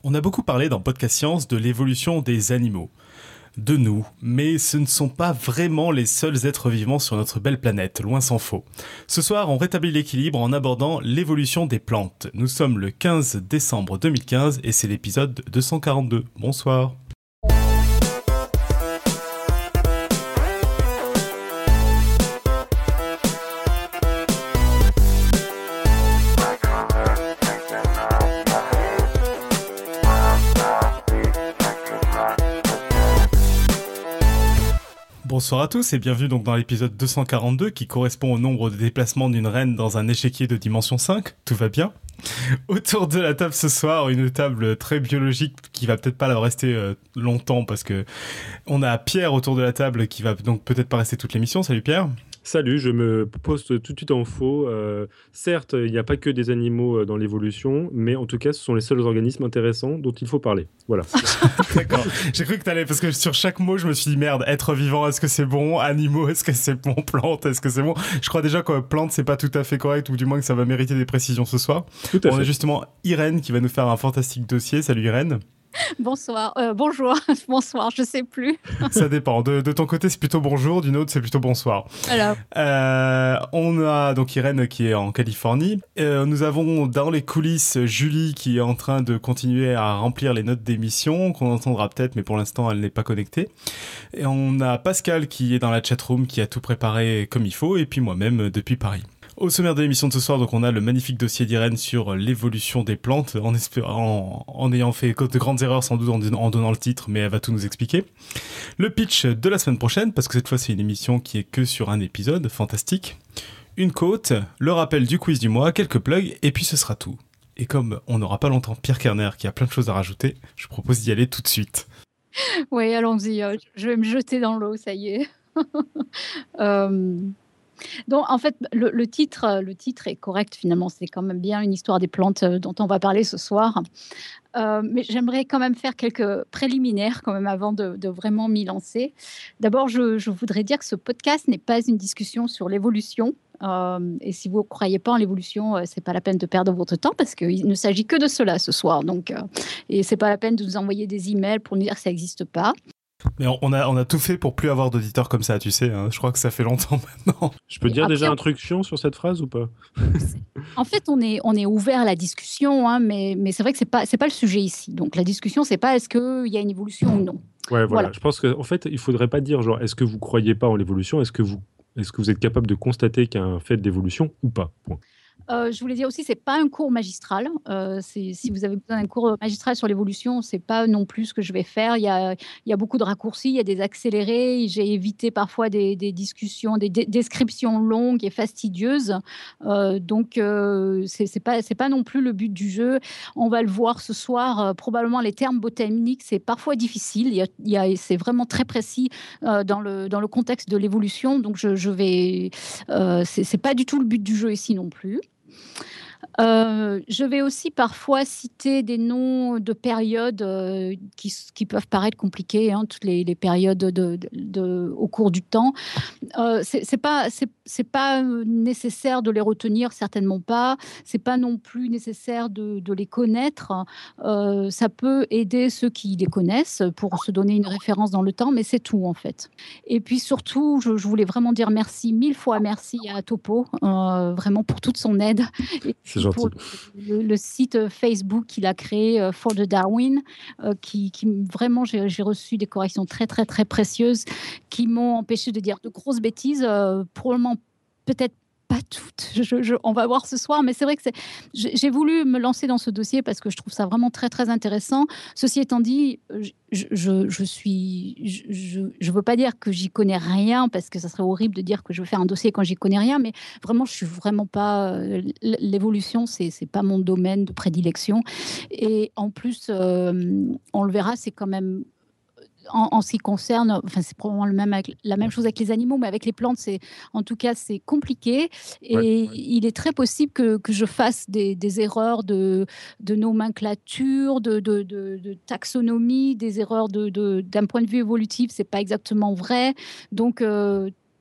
On a beaucoup parlé dans Podcast Science de l'évolution des animaux, de nous, mais ce ne sont pas vraiment les seuls êtres vivants sur notre belle planète, loin s'en faut. Ce soir, on rétablit l'équilibre en abordant l'évolution des plantes. Nous sommes le 15 décembre 2015 et c'est l'épisode 242. Bonsoir. Bonsoir à tous et bienvenue donc dans l'épisode 242 qui correspond au nombre de déplacements d'une reine dans un échiquier de dimension 5. Tout va bien ? Autour de la table ce soir, une table très biologique qui va peut-être pas la rester longtemps parce que on a Pierre autour de la table qui va donc peut-être pas rester toute l'émission. Salut Pierre. Salut, je me poste tout de suite en faux. Certes, il n'y a pas que des animaux dans l'évolution, mais en tout cas, ce sont les seuls organismes intéressants dont il faut parler. Voilà. D'accord. J'ai cru que t'allais, parce que sur chaque mot, je me suis dit, merde, être vivant, est-ce que c'est bon ? Animaux, est-ce que c'est bon ? Plante, est-ce que c'est bon ? Je crois déjà que plante, c'est pas tout à fait correct, ou du moins que ça va mériter des précisions ce soir. Tout à fait. On a justement Irène qui va nous faire un fantastique dossier. Salut Irène. Bonsoir, bonsoir, je sais plus. Ça dépend. De ton côté, c'est plutôt bonjour, du nôtre, c'est plutôt bonsoir. Alors. On a donc Irène qui est en Californie. Nous avons dans les coulisses Julie qui est en train de continuer à remplir les notes d'émission, qu'on entendra peut-être, mais pour l'instant, elle n'est pas connectée. Et on a Pascal qui est dans la chatroom, qui a tout préparé comme il faut, et puis moi-même depuis Paris. Au sommaire de l'émission de ce soir, donc on a le magnifique dossier d'Irène sur l'évolution des plantes, en ayant fait de grandes erreurs sans doute en donnant le titre, mais elle va tout nous expliquer. Le pitch de la semaine prochaine, parce que cette fois c'est une émission qui est que sur un épisode, fantastique. Une quote, le rappel du quiz du mois, quelques plugs, et puis ce sera tout. Et comme on n'aura pas longtemps Pierre Kerner qui a plein de choses à rajouter, je propose d'y aller tout de suite. Oui, allons-y, je vais me jeter dans l'eau, ça y est. Donc, en fait, le titre est correct, finalement. C'est quand même bien une histoire des plantes dont on va parler ce soir. Mais j'aimerais quand même faire quelques préliminaires quand même avant de vraiment m'y lancer. D'abord, je voudrais dire que ce podcast n'est pas une discussion sur l'évolution. Et si vous ne croyez pas en l'évolution, c'est pas la peine de perdre votre temps parce qu'il ne s'agit que de cela ce soir. Donc, et c'est pas la peine de nous envoyer des emails pour nous dire que ça n'existe pas. Mais on a tout fait pour plus avoir d'auditeurs comme ça, tu sais, hein. Je crois que ça fait longtemps maintenant. Je peux dire déjà un truc chiant sur cette phrase ou pas ? En fait, on est ouvert à la discussion, hein, mais c'est vrai que c'est pas le sujet ici. Donc la discussion, c'est pas est-ce qu'il y a une évolution ou non. Ouais, voilà. Je pense qu'en fait, il faudrait pas dire genre est-ce que vous croyez pas en l'évolution ? Est-ce que vous êtes capable de constater qu'il y a un fait d'évolution ou pas ? Point. Je voulais dire aussi, c'est pas un cours magistral. Si vous avez besoin d'un cours magistral sur l'évolution, c'est pas non plus ce que je vais faire. Il y a beaucoup de raccourcis, il y a des accélérés. J'ai évité parfois des discussions, des descriptions longues et fastidieuses. Donc, c'est pas non plus le but du jeu. On va le voir ce soir. Probablement, les termes botaniques, c'est parfois difficile. C'est vraiment très précis dans le contexte de l'évolution. Donc, je vais. C'est pas du tout le but du jeu ici non plus. Je vais aussi parfois citer des noms de périodes qui peuvent paraître compliquées, hein, toutes les périodes au cours du temps. C'est pas nécessaire de les retenir, certainement pas. C'est pas non plus nécessaire de les connaître. Ça peut aider ceux qui les connaissent pour se donner une référence dans le temps, mais c'est tout en fait. Et puis surtout, je voulais vraiment dire merci, 1000 fois merci à Topo, vraiment pour toute son aide. C'est gentil. Pour le site Facebook qu'il a créé For the Darwin, qui vraiment, j'ai reçu des corrections très, très, très précieuses qui m'ont empêché de dire de grosses bêtises, probablement peut-être pas toutes, on va voir ce soir, mais c'est vrai que j'ai voulu me lancer dans ce dossier parce que je trouve ça vraiment très, très intéressant. Ceci étant dit, je veux pas dire que j'y connais rien parce que ça serait horrible de dire que je veux faire un dossier quand j'y connais rien, mais vraiment, je suis vraiment pas... l'évolution, c'est pas mon domaine de prédilection. Et en plus, on le verra, c'est quand même... En ce qui concerne, enfin c'est probablement la même chose avec les animaux, mais avec les plantes, en tout cas c'est compliqué et Ouais. il est très possible que je fasse des erreurs de nomenclature, de taxonomie, des erreurs d'un point de vue évolutif, c'est pas exactement vrai. Donc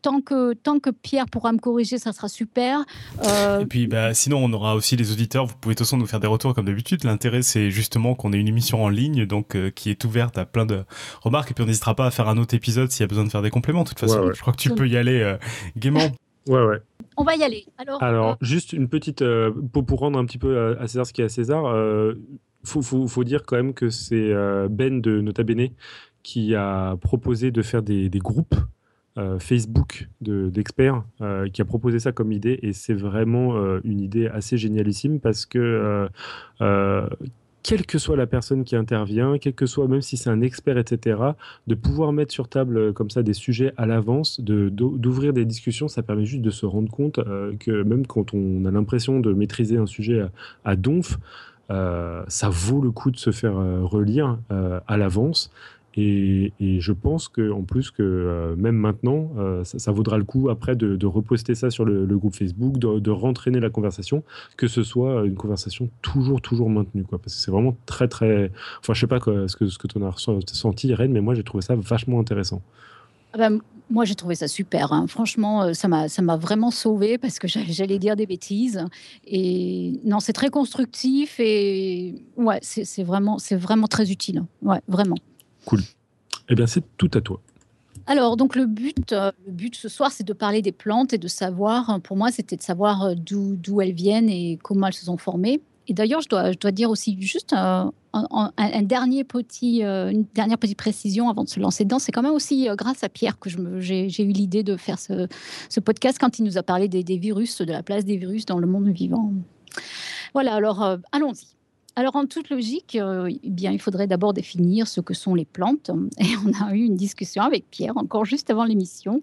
tant que Pierre pourra me corriger, ça sera super. Et puis, sinon, on aura aussi les auditeurs. Vous pouvez de toute façon nous faire des retours comme d'habitude. L'intérêt, c'est justement qu'on ait une émission en ligne, donc qui est ouverte à plein de remarques. Et puis, on n'hésitera pas à faire un autre épisode s'il y a besoin de faire des compléments. De toute façon, je crois que tu peux y aller gaiement. Ouais. On va y aller. Alors juste une petite... pour rendre un petit peu à César ce qui est à César, faut dire quand même que c'est Ben de Nota Bene qui a proposé de faire des groupes Facebook d'experts, qui a proposé ça comme idée, et c'est vraiment une idée assez génialissime parce que quelle que soit la personne qui intervient, quel que soit, même si c'est un expert, etc., de pouvoir mettre sur table comme ça des sujets à l'avance, d'ouvrir des discussions, ça permet juste de se rendre compte que même quand on a l'impression de maîtriser un sujet à donf, ça vaut le coup de se faire relire à l'avance. Et je pense qu'en plus que même maintenant, ça vaudra le coup après de reposter ça sur le groupe Facebook, de rentraîner la conversation, que ce soit une conversation toujours maintenue, quoi. Parce que c'est vraiment très, très... Enfin, je sais pas ce que tu en as ressenti, Irène, mais moi, j'ai trouvé ça vachement intéressant. Moi, j'ai trouvé ça super, hein. Franchement, ça m'a vraiment sauvée parce que j'allais dire des bêtises. Et non, c'est très constructif et ouais, c'est vraiment très utile. Ouais, vraiment. Cool. Eh bien, c'est tout à toi. Alors, donc le but ce soir, c'est de parler des plantes et de savoir, pour moi, c'était de savoir d'où elles viennent et comment elles se sont formées. Et d'ailleurs, je dois dire aussi juste une dernière petite précision avant de se lancer dedans. C'est quand même aussi grâce à Pierre que j'ai eu l'idée de faire ce podcast quand il nous a parlé des virus, de la place des virus dans le monde vivant. Voilà, alors allons-y. Alors, en toute logique, il faudrait d'abord définir ce que sont les plantes. Et on a eu une discussion avec Pierre, encore juste avant l'émission.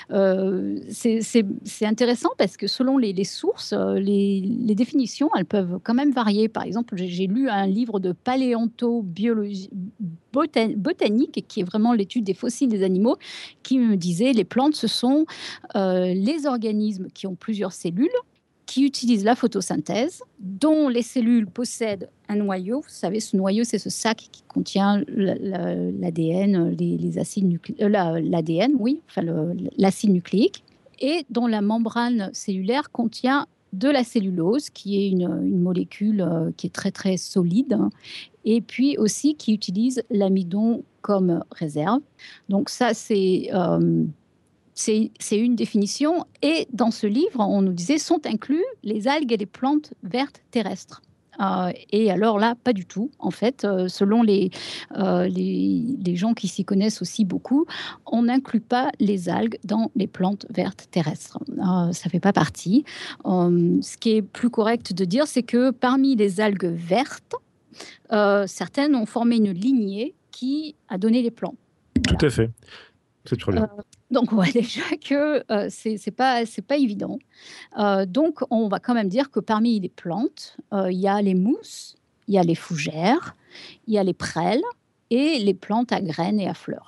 C'est intéressant parce que selon les sources, les définitions, elles peuvent quand même varier. Par exemple, j'ai lu un livre de paléontobiologie botanique, qui est vraiment l'étude des fossiles des animaux, qui me disait les plantes, ce sont les organismes qui ont plusieurs cellules, qui utilisent la photosynthèse, dont les cellules possèdent un noyau. Vous savez, ce noyau, c'est ce sac qui contient l'ADN, les acides nucléiques, l'ADN, oui, enfin l'acide nucléique, et dont la membrane cellulaire contient de la cellulose, qui est une molécule qui est très très solide, et puis aussi qui utilise l'amidon comme réserve. Donc ça, c'est une définition. Et dans ce livre, on nous disait, sont inclus les algues et les plantes vertes terrestres. Et alors là, pas du tout. En fait, selon les gens qui s'y connaissent aussi beaucoup, on n'inclut pas les algues dans les plantes vertes terrestres. Ça ne fait pas partie. Ce qui est plus correct de dire, c'est que parmi les algues vertes, certaines ont formé une lignée qui a donné les plantes. Voilà. Tout à fait. C'est très bien. Donc, on voit déjà que c'est pas évident. Donc, on va quand même dire que parmi les plantes, il y a les mousses, il y a les fougères, il y a les prêles et les plantes à graines et à fleurs.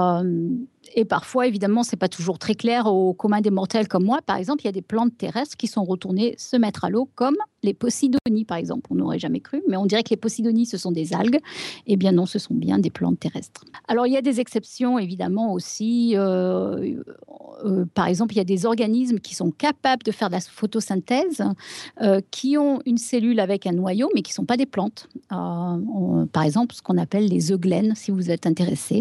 Et parfois, évidemment, c'est pas toujours très clair au commun des mortels comme moi. Par exemple, il y a des plantes terrestres qui sont retournées se mettre à l'eau, comme les posidonies, par exemple. On n'aurait jamais cru, mais on dirait que les posidonies, ce sont des algues. Eh bien non, ce sont bien des plantes terrestres. Alors, il y a des exceptions, évidemment, aussi. Par exemple, il y a des organismes qui sont capables de faire de la photosynthèse, qui ont une cellule avec un noyau, mais qui ne sont pas des plantes. Par exemple, ce qu'on appelle les eugènes, si vous êtes intéressé.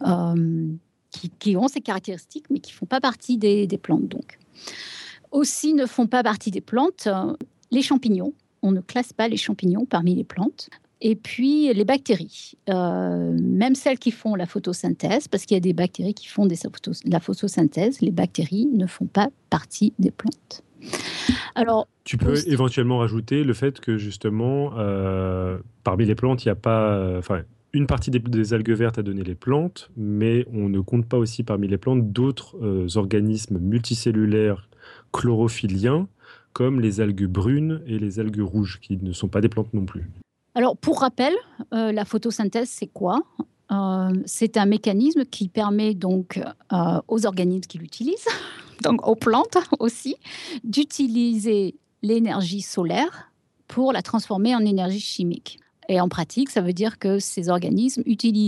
Qui ont ces caractéristiques, mais qui ne font pas partie des plantes. Donc, aussi ne font pas partie des plantes les champignons. On ne classe pas les champignons parmi les plantes. Et puis, les bactéries, même celles qui font la photosynthèse, parce qu'il y a des bactéries qui font la photosynthèse, les bactéries ne font pas partie des plantes. Alors, tu peux éventuellement rajouter le fait que, justement, parmi les plantes, il n'y a pas... une partie des algues vertes a donné les plantes, mais on ne compte pas aussi parmi les plantes d'autres organismes multicellulaires chlorophylliens, comme les algues brunes et les algues rouges, qui ne sont pas des plantes non plus. Alors, pour rappel, la photosynthèse, c'est quoi ? C'est un mécanisme qui permet donc aux organismes qui l'utilisent, donc aux plantes aussi, d'utiliser l'énergie solaire pour la transformer en énergie chimique. Et en pratique, ça veut dire que ces organismes utilisent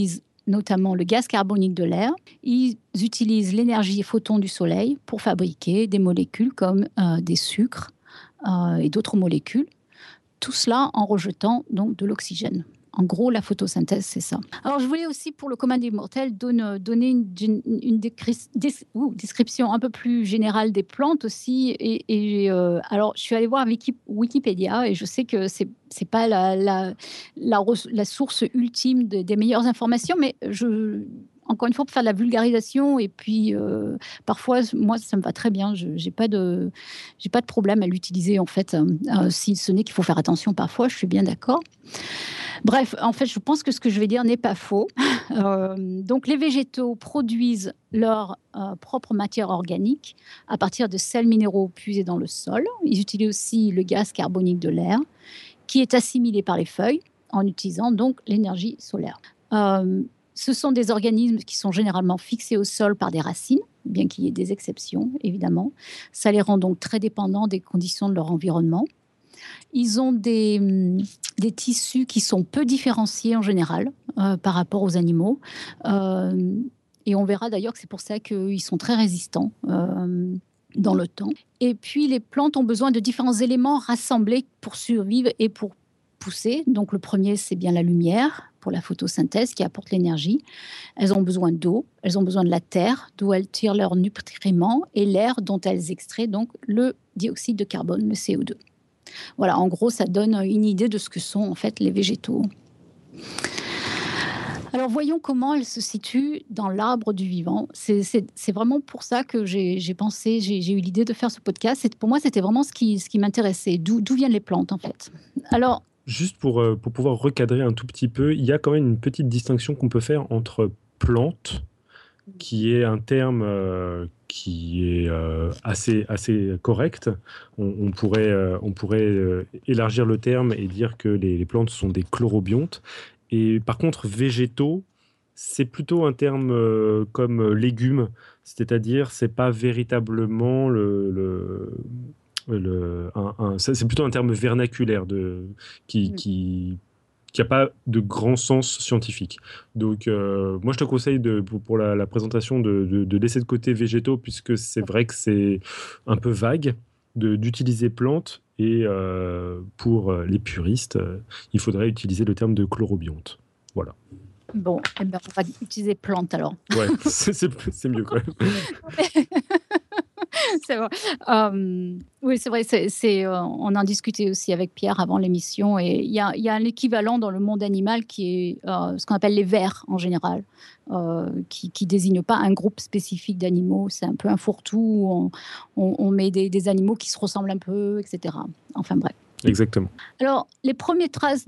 notamment le gaz carbonique de l'air. Ils utilisent l'énergie photon du soleil pour fabriquer des molécules comme des sucres et d'autres molécules. Tout cela en rejetant donc de l'oxygène. En gros, la photosynthèse, c'est ça. Alors, je voulais aussi, pour le commun des mortels, donner une description un peu plus générale des plantes aussi. Alors, je suis allée voir Wikipédia et je sais que c'est pas la source ultime des meilleures informations, mais encore une fois, pour faire de la vulgarisation, et puis parfois, moi, ça me va très bien. Je n'ai pas de problème à l'utiliser, en fait. Si ce n'est qu'il faut faire attention parfois, je suis bien d'accord. Bref, en fait, je pense que ce que je vais dire n'est pas faux. Donc, les végétaux produisent leur propre matière organique à partir de sels minéraux puisés dans le sol. Ils utilisent aussi le gaz carbonique de l'air, qui est assimilé par les feuilles en utilisant donc l'énergie solaire. Ce sont des organismes qui sont généralement fixés au sol par des racines, bien qu'il y ait des exceptions, évidemment. Ça les rend donc très dépendants des conditions de leur environnement. Ils ont des tissus qui sont peu différenciés en général par rapport aux animaux. Et on verra d'ailleurs que c'est pour ça qu'ils sont très résistants dans le temps. Et puis, les plantes ont besoin de différents éléments rassemblés pour survivre et pour pousser. Donc, le premier, c'est bien la lumière pour la photosynthèse qui apporte l'énergie. Elles ont besoin d'eau, elles ont besoin de la terre, d'où elles tirent leurs nutriments, et l'air dont elles extraient donc le dioxyde de carbone, le CO2. Voilà, en gros, ça donne une idée de ce que sont en fait les végétaux. Alors, voyons comment elles se situent dans l'arbre du vivant. C'est vraiment pour ça que j'ai eu l'idée de faire ce podcast. Pour moi, c'était vraiment ce qui m'intéressait. D'où viennent les plantes, en fait. Alors, juste pour pouvoir recadrer un tout petit peu, il y a quand même une petite distinction qu'on peut faire entre plante, qui est un terme qui est assez correct. On pourrait élargir le terme et dire que les plantes sont des chlorobiontes. Et par contre, végétaux, c'est plutôt un terme comme légumes, c'est-à-dire c'est pas véritablement c'est plutôt un terme vernaculaire qui n'a pas de grand sens scientifique. Donc, moi, je te conseille pour la présentation de laisser de côté végétaux, puisque c'est vrai que c'est un peu vague, d'utiliser plantes. Et pour les puristes, il faudrait utiliser le terme de chlorobionte. Voilà. Bon, on va utiliser plantes alors. Ouais, c'est mieux quand même. C'est vrai. Oui, c'est vrai. On en discutait aussi avec Pierre avant l'émission. Et il y a un équivalent dans le monde animal qui est ce qu'on appelle les vers en général, qui désigne pas un groupe spécifique d'animaux. C'est un peu un fourre-tout où on met des animaux qui se ressemblent un peu, etc. Enfin bref. Exactement. Alors, les premières traces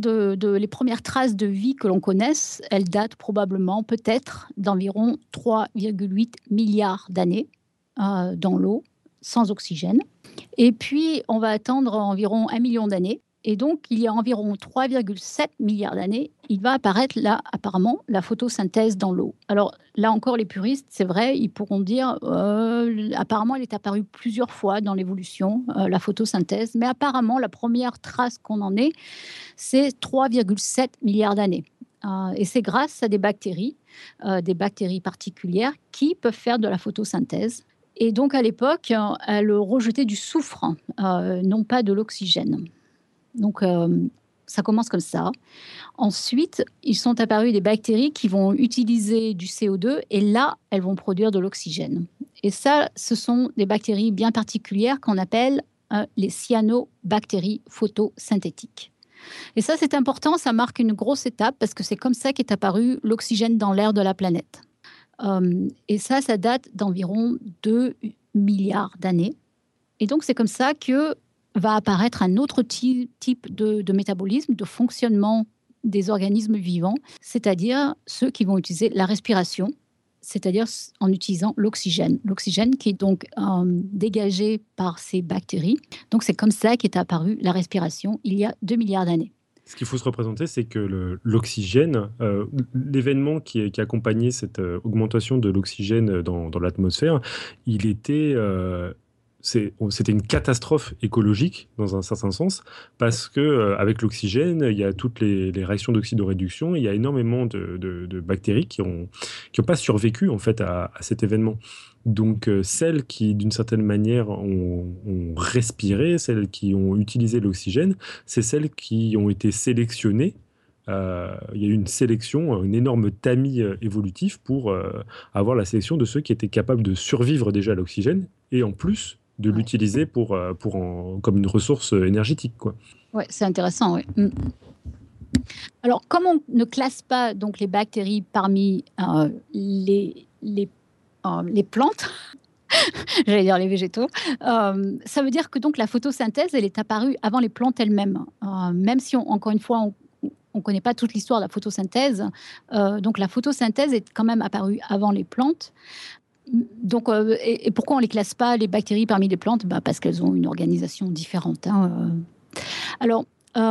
de vie que l'on connaisse, elles datent probablement peut-être d'environ 3,8 milliards d'années dans l'eau, sans oxygène. Et puis, on va attendre environ 1 million d'années. Et donc, il y a environ 3,7 milliards d'années, il va apparaître là, apparemment, la photosynthèse dans l'eau. Alors, là encore, les puristes, c'est vrai, ils pourront dire, apparemment, elle est apparue plusieurs fois dans l'évolution, la photosynthèse. Mais apparemment, la première trace qu'on en ait, c'est 3,7 milliards d'années. Et c'est grâce à des bactéries particulières qui peuvent faire de la photosynthèse. Et donc, à l'époque, elles rejetaient du soufre, non pas de l'oxygène. Donc, ça commence comme ça. Ensuite, ils sont apparus des bactéries qui vont utiliser du CO2 et là, elles vont produire de l'oxygène. Et ça, ce sont des bactéries bien particulières qu'on appelle les cyanobactéries photosynthétiques. Et ça, c'est important, ça marque une grosse étape parce que c'est comme ça qu'est apparu l'oxygène dans l'air de la planète. Et ça date d'environ 2 milliards d'années. Et donc, c'est comme ça que va apparaître un autre type de métabolisme, de fonctionnement des organismes vivants, c'est-à-dire ceux qui vont utiliser la respiration, c'est-à-dire en utilisant l'oxygène. L'oxygène qui est donc dégagé par ces bactéries. Donc, c'est comme ça qu'est apparue la respiration il y a 2 milliards d'années. Ce qu'il faut se représenter, c'est que l'oxygène, l'événement qui accompagnait cette augmentation de l'oxygène dans l'atmosphère, il était c'était une catastrophe écologique dans un certain sens, parce que avec l'oxygène, il y a toutes les réactions d'oxydoréduction, il y a énormément de bactéries qui ont pas survécu en fait à cet événement. Donc celles qui, d'une certaine manière, ont respiré, celles qui ont utilisé l'oxygène, c'est celles qui ont été sélectionnées. Il y a eu une sélection, une énorme tamis évolutif pour avoir la sélection de ceux qui étaient capables de survivre déjà à l'oxygène et en plus de l'utiliser comme une ressource énergétique, quoi. Ouais, c'est intéressant, oui. Alors, comme on ne classe pas donc les bactéries parmi les plantes, j'allais dire les végétaux, ça veut dire que donc la photosynthèse, elle est apparue avant les plantes elles-mêmes. Même si, encore une fois, on ne connaît pas toute l'histoire de la photosynthèse, donc la photosynthèse est quand même apparue avant les plantes. Donc, et pourquoi on ne les classe pas, les bactéries, parmi les plantes? Parce qu'elles ont une organisation différente. Alors,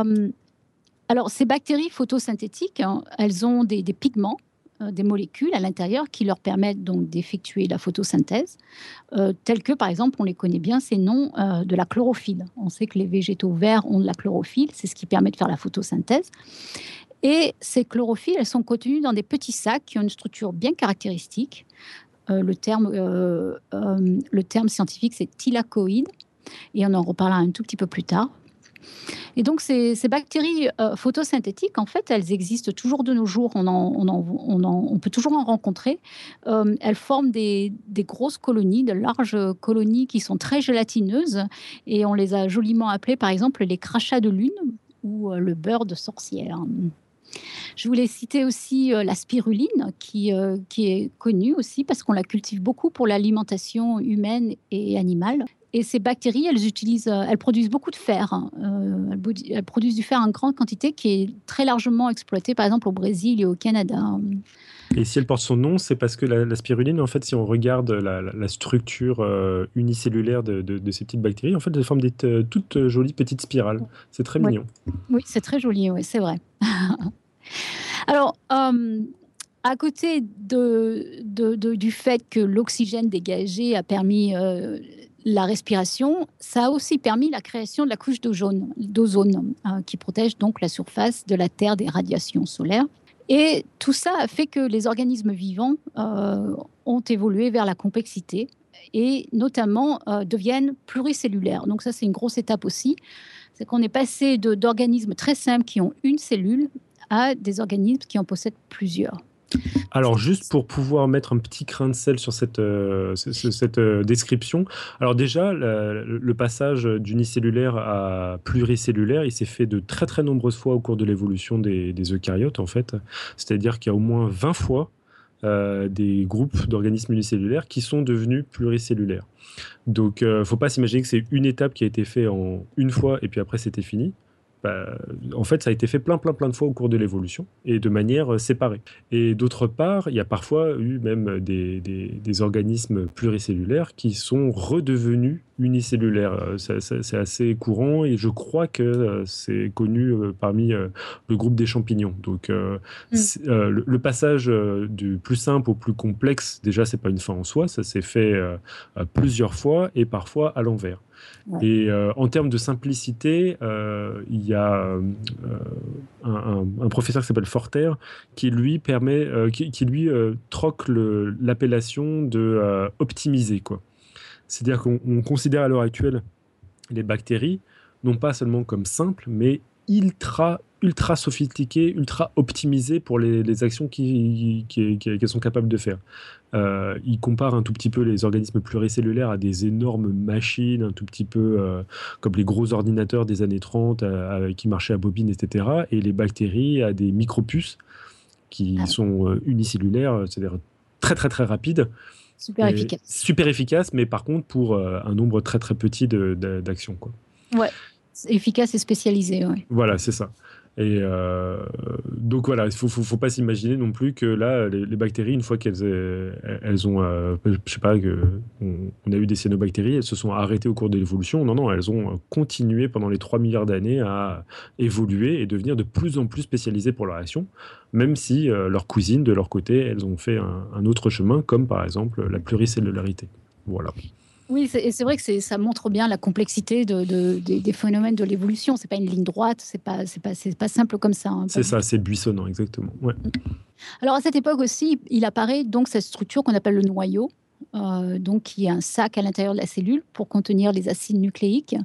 ces bactéries photosynthétiques, elles ont des pigments, des molécules à l'intérieur qui leur permettent donc d'effectuer la photosynthèse, tels que, par exemple, on les connaît bien, ces noms de la chlorophylle. On sait que les végétaux verts ont de la chlorophylle, c'est ce qui permet de faire la photosynthèse. Et ces chlorophylles, elles sont contenues dans des petits sacs qui ont une structure bien caractéristique. Le terme scientifique, c'est thylakoïde, et on en reparlera un tout petit peu plus tard. Et donc, ces bactéries photosynthétiques, en fait, elles existent toujours de nos jours. On peut toujours en rencontrer. Elles forment des grosses colonies, de larges colonies qui sont très gélatineuses. Et on les a joliment appelées, par exemple, les crachats de lune ou le beurre de sorcière. Je voulais citer aussi la spiruline, qui est connue aussi parce qu'on la cultive beaucoup pour l'alimentation humaine et animale. Et ces bactéries, elles produisent beaucoup de fer. Elles produisent du fer en grande quantité qui est très largement exploité, par exemple, au Brésil et au Canada. Et si elle porte son nom, c'est parce que la spiruline, en fait, si on regarde la structure unicellulaire de ces petites bactéries, en fait, elles forment des toutes jolies petites spirales. C'est très mignon. Oui, c'est très joli, oui, c'est vrai. Alors, à côté du fait que l'oxygène dégagé a permis la respiration, ça a aussi permis la création de la couche d'ozone, qui protège donc la surface de la Terre des radiations solaires. Et tout ça a fait que les organismes vivants ont évolué vers la complexité et notamment deviennent pluricellulaires. Donc ça, c'est une grosse étape aussi. C'est qu'on est passé d'organismes très simples qui ont une cellule à des organismes qui en possèdent plusieurs. Alors, juste pour pouvoir mettre un petit grain de sel sur cette description, alors déjà, le passage d'unicellulaire à pluricellulaire, il s'est fait de très très nombreuses fois au cours de l'évolution des eucaryotes, en fait. C'est-à-dire qu'il y a au moins 20 fois des groupes d'organismes unicellulaires qui sont devenus pluricellulaires. Donc, il ne faut pas s'imaginer que c'est une étape qui a été faite en une fois et puis après c'était fini. En fait, ça a été fait plein de fois au cours de l'évolution et de manière séparée. Et d'autre part, il y a parfois eu même des organismes pluricellulaires qui sont redevenus unicellulaires. C'est assez courant et je crois que c'est connu parmi le groupe des champignons. Donc, le passage du plus simple au plus complexe, déjà, c'est pas une fin en soi, ça s'est fait plusieurs fois et parfois à l'envers. Ouais. Et en termes de simplicité, il y a un professeur qui s'appelle Forter qui lui troque l'appellation de optimiser, quoi. C'est-à-dire qu'on considère à l'heure actuelle les bactéries non pas seulement comme simples, mais ultra sophistiquées, ultra optimisées pour les actions qu'elles sont capables de faire. Il compare un tout petit peu les organismes pluricellulaires à des énormes machines, un tout petit peu comme les gros ordinateurs des années 30 qui marchaient à bobine, etc. Et les bactéries à des micropuces qui sont unicellulaires, c'est-à-dire très rapides. Super efficace, mais par contre pour un nombre très petit d'actions, quoi. Ouais, efficace et spécialisé. Ouais. Voilà, c'est ça. Et donc voilà, il faut pas s'imaginer non plus que là, les bactéries, une fois qu'elles ont, je sais pas, on a eu des cyanobactéries, elles se sont arrêtées au cours de l'évolution. Non, elles ont continué pendant les 3 milliards d'années à évoluer et devenir de plus en plus spécialisées pour leur action, même si leurs cousines, de leur côté, elles ont fait un autre chemin, comme par exemple la pluricellularité. Voilà. Oui, et c'est vrai que ça montre bien la complexité des phénomènes de l'évolution. C'est pas une ligne droite, c'est pas simple comme ça, hein, pas C'est du ça, tout. c'est buissonnant, exactement. Ouais. Alors à cette époque aussi, il apparaît donc cette structure qu'on appelle le noyau, donc qui est un sac à l'intérieur de la cellule pour contenir les acides nucléiques.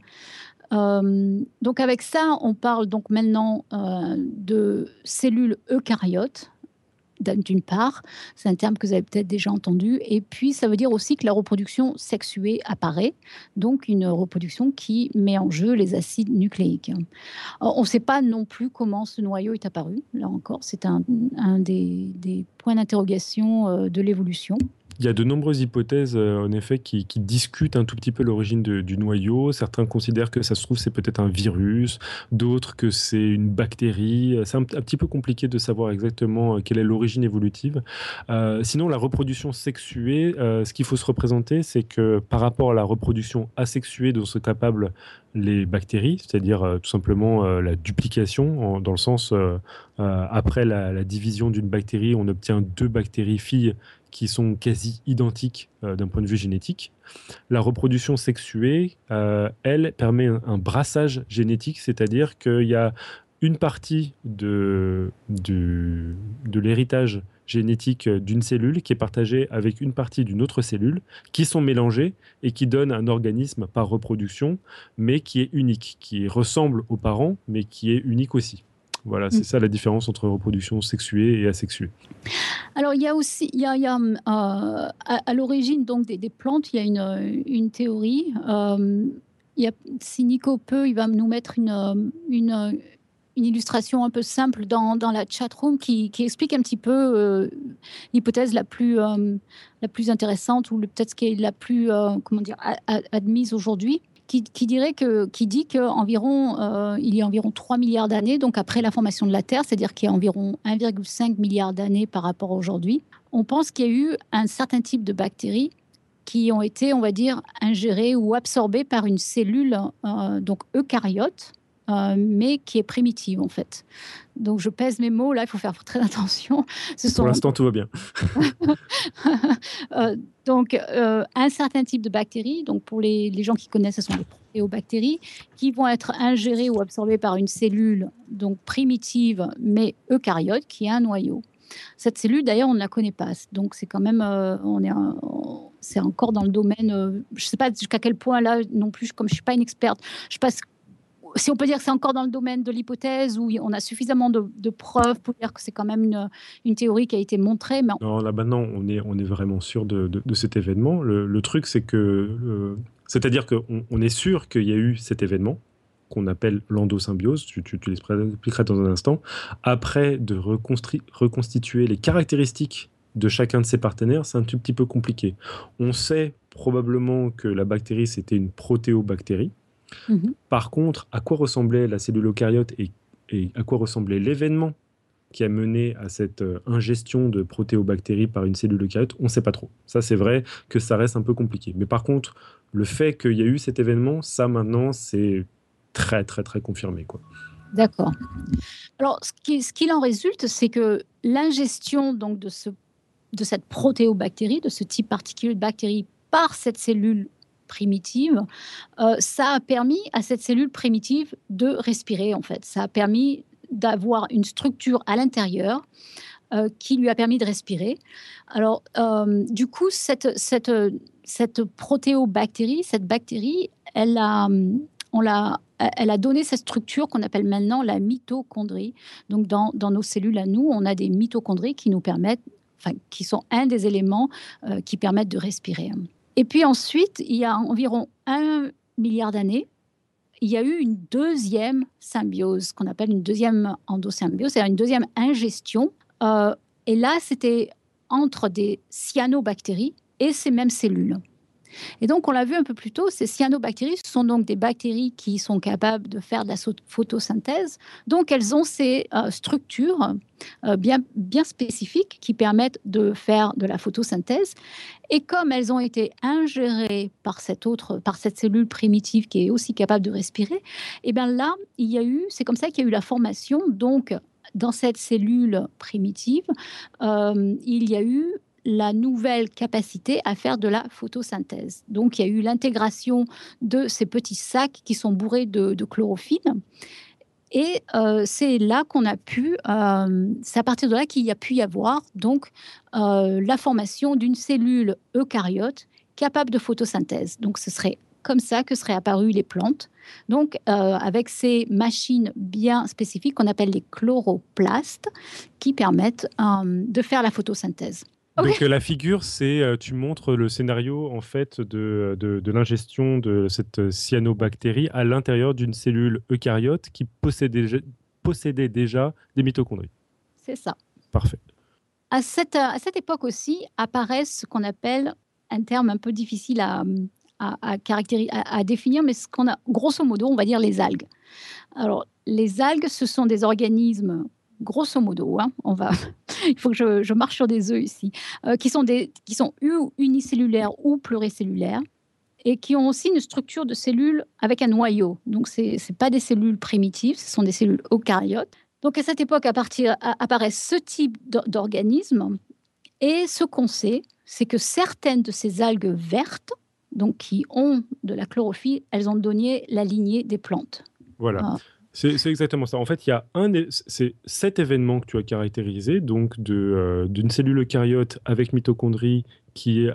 Donc avec ça, on parle donc maintenant de cellules eucaryotes. D'une part, c'est un terme que vous avez peut-être déjà entendu. Et puis, ça veut dire aussi que la reproduction sexuée apparaît, donc une reproduction qui met en jeu les acides nucléiques. On ne sait pas non plus comment ce noyau est apparu. Là encore, c'est un des points d'interrogation de l'évolution. Il y a de nombreuses hypothèses, en effet, qui discutent un tout petit peu l'origine du noyau. Certains considèrent que ça se trouve, c'est peut-être un virus, d'autres que c'est une bactérie. C'est un petit peu compliqué de savoir exactement quelle est l'origine évolutive. Sinon, la reproduction sexuée, ce qu'il faut se représenter, c'est que par rapport à la reproduction asexuée dont sont capables les bactéries, c'est-à-dire tout simplement la duplication, dans le sens, après la division d'une bactérie, on obtient 2 bactéries filles qui sont quasi identiques d'un point de vue génétique. La reproduction sexuée, elle, permet un brassage génétique, c'est-à-dire qu'il y a une partie de l'héritage génétique d'une cellule qui est partagée avec une partie d'une autre cellule, qui sont mélangées et qui donnent un organisme par reproduction, mais qui est unique, qui ressemble aux parents, mais qui est unique aussi. Voilà, c'est ça la différence entre reproduction sexuée et asexuée. Alors, il y a aussi, à l'origine donc des plantes, il y a une théorie. Si Nico peut, il va nous mettre une illustration un peu simple dans la chat room qui explique un petit peu l'hypothèse la plus intéressante ou peut-être ce qui est la plus comment dire admise aujourd'hui. Qui dit qu'environ il y a environ 3 milliards d'années, donc après la formation de la Terre, c'est-à-dire qu'il y a environ 1,5 milliard d'années par rapport à aujourd'hui, on pense qu'il y a eu un certain type de bactéries qui ont été, on va dire, ingérées ou absorbées par une cellule donc eucaryote, mais qui est primitive en fait. Donc je pèse mes mots, là il faut faire très attention. Pour l'instant, tout va bien. Donc un certain type de bactéries, donc pour les gens qui connaissent, ce sont les protéobactéries, qui vont être ingérées ou absorbées par une cellule donc primitive mais eucaryote qui est un noyau. Cette cellule d'ailleurs on ne la connaît pas, donc c'est quand même c'est encore dans le domaine, je ne sais pas jusqu'à quel point là non plus, comme je ne suis pas une experte, je passe. Si on peut dire que c'est encore dans le domaine de l'hypothèse où on a suffisamment de preuves pour dire que c'est quand même une théorie qui a été montrée. Mais non, là maintenant, on est vraiment sûr de cet événement. Le truc, c'est que, c'est-à-dire qu'on est sûr qu'il y a eu cet événement qu'on appelle l'endosymbiose, tu l'expliqueras dans un instant, après de reconstituer les caractéristiques de chacun de ses partenaires, c'est un tout petit peu compliqué. On sait probablement que la bactérie, c'était une protéobactérie. Par contre, à quoi ressemblait la cellule eucaryote et à quoi ressemblait l'événement qui a mené à cette ingestion de protéobactéries par une cellule eucaryote, on ne sait pas trop. Ça, c'est vrai que ça reste un peu compliqué. Mais par contre, le fait qu'il y a eu cet événement, ça maintenant, c'est très, très, très confirmé, quoi. D'accord. Alors, ce qu'il en résulte, c'est que l'ingestion donc de cette protéobactérie, de ce type particulier de bactérie par cette cellule primitive, ça a permis à cette cellule primitive de respirer, en fait. Ça a permis d'avoir une structure à l'intérieur qui lui a permis de respirer. Alors, du coup, cette protéobactérie, cette bactérie, elle a donné cette structure qu'on appelle maintenant la mitochondrie. Donc, dans nos cellules à nous, on a des mitochondries qui nous permettent, qui sont un des éléments qui permettent de respirer. Et puis ensuite, il y a environ 1 milliard d'années, il y a eu une deuxième symbiose, qu'on appelle une deuxième endosymbiose, c'est-à-dire une deuxième ingestion. Et là, c'était entre des cyanobactéries et ces mêmes cellules. Et donc, on l'a vu un peu plus tôt, ces cyanobactéries, ce sont donc des bactéries qui sont capables de faire de la photosynthèse. Donc, elles ont ces structures bien spécifiques qui permettent de faire de la photosynthèse. Et comme elles ont été ingérées par cette cellule primitive qui est aussi capable de respirer, et bien là, c'est comme ça qu'il y a eu la formation. Donc, dans cette cellule primitive, il y a eu la nouvelle capacité à faire de la photosynthèse. Donc, il y a eu l'intégration de ces petits sacs qui sont bourrés de chlorophylle. Et c'est là qu'on a pu, c'est à partir de là qu'il y a pu y avoir donc la formation d'une cellule eucaryote capable de photosynthèse. Donc, ce serait comme ça que seraient apparues les plantes. Donc, avec ces machines bien spécifiques qu'on appelle les chloroplastes, qui permettent de faire la photosynthèse. Donc la figure, c'est tu montres le scénario en fait de l'ingestion de cette cyanobactérie à l'intérieur d'une cellule eucaryote qui possédait déjà des mitochondries. C'est ça. Parfait. À cette époque aussi apparaissent ce qu'on appelle un terme un peu difficile à définir, mais ce qu'on a grosso modo, on va dire les algues. Alors les algues, ce sont des organismes grosso modo, il faut que je marche sur des œufs ici, qui sont unicellulaires ou pluricellulaires et qui ont aussi une structure de cellules avec un noyau. Donc, ce n'est pas des cellules primitives, ce sont des cellules eucaryotes. Donc, à cette époque, apparaît ce type d'organisme. Et ce qu'on sait, c'est que certaines de ces algues vertes, donc qui ont de la chlorophylle, elles ont donné la lignée des plantes. Voilà. C'est exactement ça. En fait, c'est cet événement que tu as caractérisé, donc d'une cellule eucaryote avec mitochondrie qui,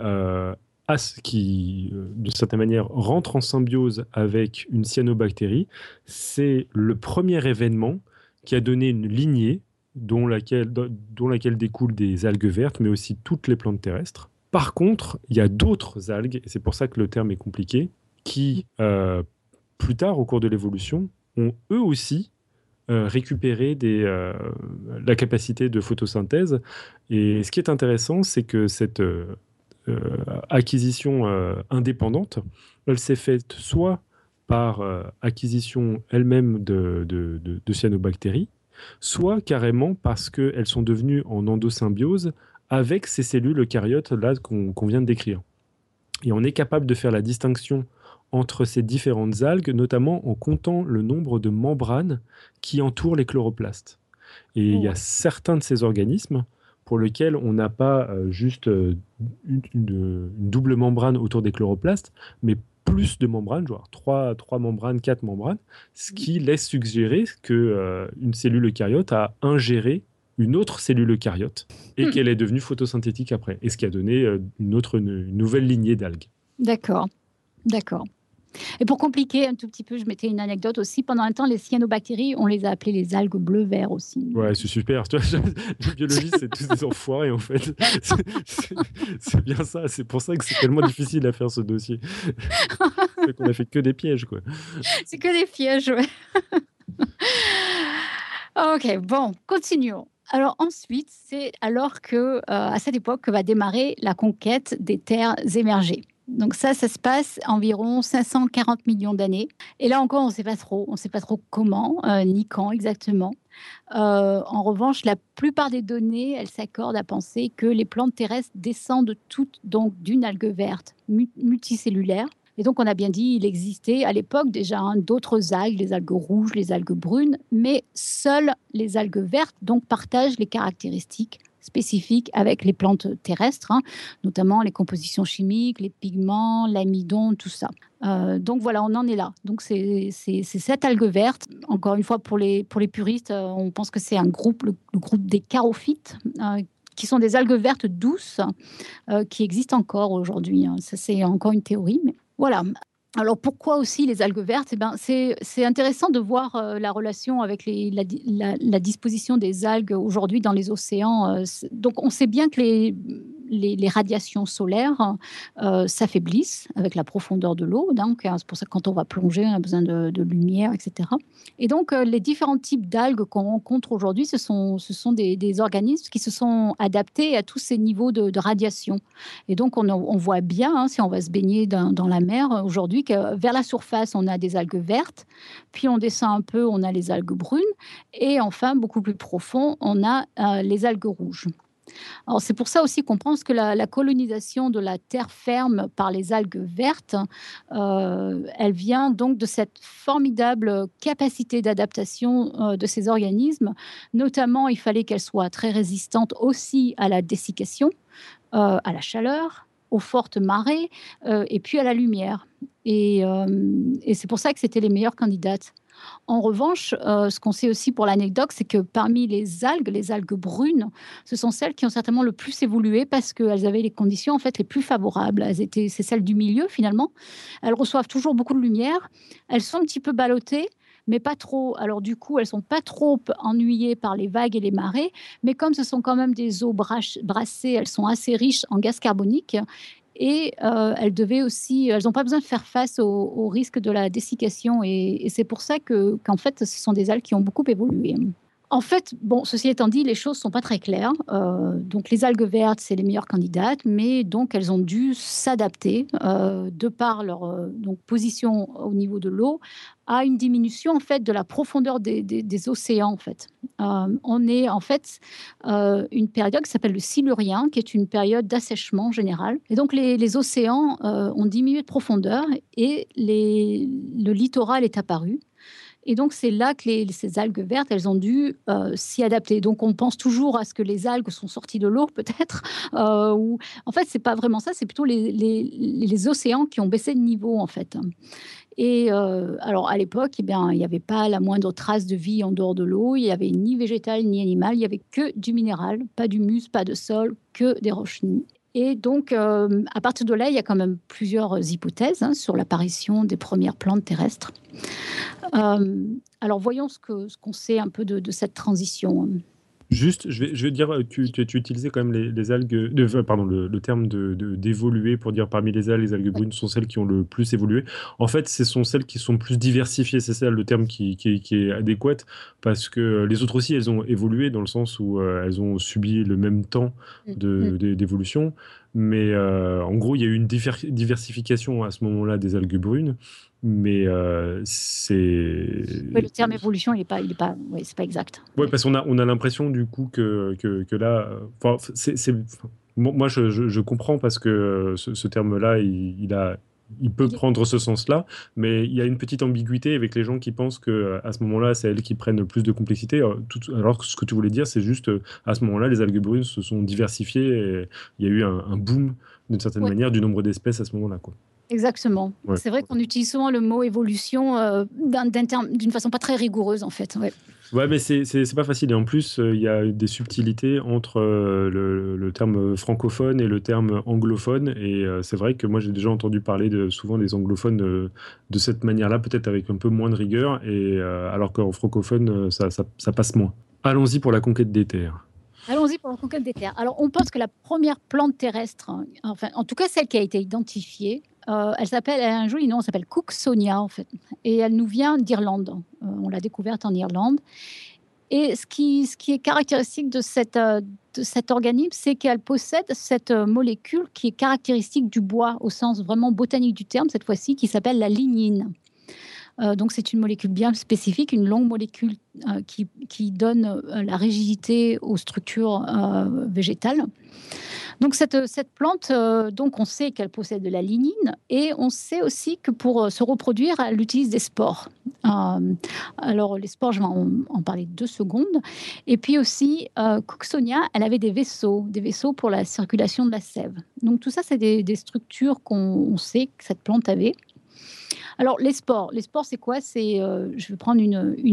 d'une certaine manière, rentre en symbiose avec une cyanobactérie. C'est le premier événement qui a donné une lignée dont laquelle découlent des algues vertes, mais aussi toutes les plantes terrestres. Par contre, il y a d'autres algues, et c'est pour ça que le terme est compliqué, qui, plus tard, au cours de l'évolution, ont eux aussi récupéré la capacité de photosynthèse. Et ce qui est intéressant, c'est que cette acquisition indépendante, elle s'est faite soit par acquisition elle-même de cyanobactéries, soit carrément parce qu'elles sont devenues en endosymbiose avec ces cellules eucaryotes là qu'on vient de décrire. Et on est capable de faire la distinction entre ces différentes algues, notamment en comptant le nombre de membranes qui entourent les chloroplastes. Et il y a certains de ces organismes pour lesquels on n'a pas juste une double membrane autour des chloroplastes, mais plus de membranes, genre 3 membranes, 4 membranes, ce qui laisse suggérer qu'une cellule eucaryote a ingéré une autre cellule eucaryote et qu'elle est devenue photosynthétique après, et ce qui a donné une nouvelle lignée d'algues. D'accord. Et pour compliquer un tout petit peu, je mettais une anecdote aussi. Pendant un temps, les cyanobactéries, on les a appelées les algues bleu-vert aussi. Ouais, c'est super. Tu vois, les biologistes, c'est tous des enfoirés, en fait. C'est bien ça. C'est pour ça que c'est tellement difficile à faire ce dossier. C'est qu'on a fait que des pièges, quoi. C'est que des pièges, ouais. Ok, bon, continuons. Alors ensuite, c'est alors que, à cette époque, que va démarrer la conquête des terres émergées. Donc ça se passe environ 540 millions d'années. Et là encore, on ne sait pas trop comment, ni quand exactement. En revanche, la plupart des données, elles s'accordent à penser que les plantes terrestres descendent toutes donc d'une algue verte multicellulaire. Et donc, on a bien dit, il existait à l'époque déjà d'autres algues, les algues rouges, les algues brunes, mais seules les algues vertes donc partagent les caractéristiques spécifiques avec les plantes terrestres, notamment les compositions chimiques, les pigments, l'amidon, tout ça. Donc voilà, on en est là. Donc c'est cette algue verte. Encore une fois, pour les puristes, on pense que c'est un groupe, le groupe des charophytes, qui sont des algues vertes douces qui existent encore aujourd'hui. Ça, c'est encore une théorie, mais voilà. Alors pourquoi aussi les algues vertes ? C'est intéressant de voir la relation avec la disposition des algues aujourd'hui dans les océans. Donc on sait bien que les radiations solaires s'affaiblissent avec la profondeur de l'eau. Donc c'est pour ça que quand on va plonger, on a besoin de lumière, etc. Et donc les différents types d'algues qu'on rencontre aujourd'hui, ce sont des organismes qui se sont adaptés à tous ces niveaux de radiation. Et donc on voit bien, si on va se baigner dans la mer aujourd'hui, que vers la surface, on a des algues vertes, puis on descend un peu, on a les algues brunes, et enfin, beaucoup plus profond, on a les algues rouges. Alors, c'est pour ça aussi qu'on pense que la colonisation de la terre ferme par les algues vertes, elle vient donc de cette formidable capacité d'adaptation de ces organismes. Notamment, il fallait qu'elles soient très résistantes aussi à la dessiccation. à la chaleur, aux fortes marées et puis à la lumière. Et c'est pour ça que c'était les meilleures candidates. En revanche, ce qu'on sait aussi pour l'anecdote, c'est que parmi les algues brunes, ce sont celles qui ont certainement le plus évolué parce qu'elles avaient les conditions en fait les plus favorables. C'est celles du milieu finalement. Elles reçoivent toujours beaucoup de lumière. Elles sont un petit peu ballottées, mais pas trop. Alors du coup, elles sont pas trop ennuyées par les vagues et les marées, mais comme ce sont quand même des eaux brassées, elles sont assez riches en gaz carbonique. Et elles n'ont pas besoin de faire face au risque de la dessiccation. Et c'est pour ça qu'en fait, ce sont des algues qui ont beaucoup évolué. En fait, bon, ceci étant dit, les choses ne sont pas très claires. Donc, les algues vertes, c'est les meilleures candidates, mais donc elles ont dû s'adapter de par leur donc, position au niveau de l'eau à une diminution en fait de la profondeur des océans. En fait, on est en fait une période qui s'appelle le Silurien, qui est une période d'assèchement général. Et donc, les océans ont diminué de profondeur et le littoral est apparu. Et donc, c'est là que ces algues vertes, elles ont dû s'y adapter. Donc, on pense toujours à ce que les algues sont sorties de l'eau, peut-être. Ou... En fait, c'est pas vraiment ça. C'est plutôt les océans qui ont baissé de niveau, en fait. Et alors, à l'époque, eh bien, il n'y avait pas la moindre trace de vie en dehors de l'eau. Il n'y avait ni végétal, ni animal. Il n'y avait que du minéral, pas d'humus, pas de sol, que des roches nues. Et donc, à partir de là, il y a quand même plusieurs hypothèses sur l'apparition des premières plantes terrestres. Alors, voyons ce qu'on sait un peu de cette transition. Juste, je vais dire, tu utilisais quand même les algues, pardon, le terme d'évoluer pour dire parmi les algues, les algues brunes sont celles qui ont le plus évolué. En fait, ce sont celles qui sont plus diversifiées, c'est ça le terme qui est adéquat, parce que les autres aussi, elles ont évolué dans le sens où elles ont subi le même temps d'évolution. Mais en gros, il y a eu une diversification à ce moment-là des algues brunes. Mais c'est... Oui, le terme évolution, c'est pas exact. Oui, parce qu'on a l'impression du coup que là... moi, je comprends parce que ce terme-là, il peut prendre ce sens-là, mais il y a une petite ambiguïté avec les gens qui pensent qu'à ce moment-là, c'est elles qui prennent plus de complexité. Alors que ce que tu voulais dire, c'est juste à ce moment-là, les algues brunes se sont diversifiées et il y a eu un boom, d'une certaine manière, du nombre d'espèces à ce moment-là, quoi. Exactement. Ouais. C'est vrai qu'on utilise souvent le mot évolution d'une façon pas très rigoureuse, en fait. Ouais, mais c'est pas facile. Et en plus, il y a des subtilités entre le terme francophone et le terme anglophone. Et c'est vrai que moi, j'ai déjà entendu parler souvent des anglophones de cette manière-là, peut-être avec un peu moins de rigueur, et alors qu'en francophone, ça passe moins. Allons-y pour la conquête des terres. Allons-y pour la conquête des terres. Alors, on pense que la première plante terrestre, enfin, en tout cas celle qui a été identifiée, elle a un joli nom, elle s'appelle Cooksonia, en fait. Et elle nous vient d'Irlande. On l'a découverte en Irlande. Et ce qui est caractéristique de cet organisme, c'est qu'elle possède cette molécule qui est caractéristique du bois, au sens vraiment botanique du terme, cette fois-ci, qui s'appelle la lignine. Donc, c'est une molécule bien spécifique, une longue molécule qui donne la rigidité aux structures végétales. Donc, cette plante, donc on sait qu'elle possède de la lignine et on sait aussi que pour se reproduire, elle utilise des spores. Alors, les spores, je vais en parler 2 secondes. Et puis aussi, Cooksonia, elle avait des vaisseaux pour la circulation de la sève. Donc, tout ça, c'est des structures qu'on sait que cette plante avait. Alors, les spores, c'est quoi? Je vais prendre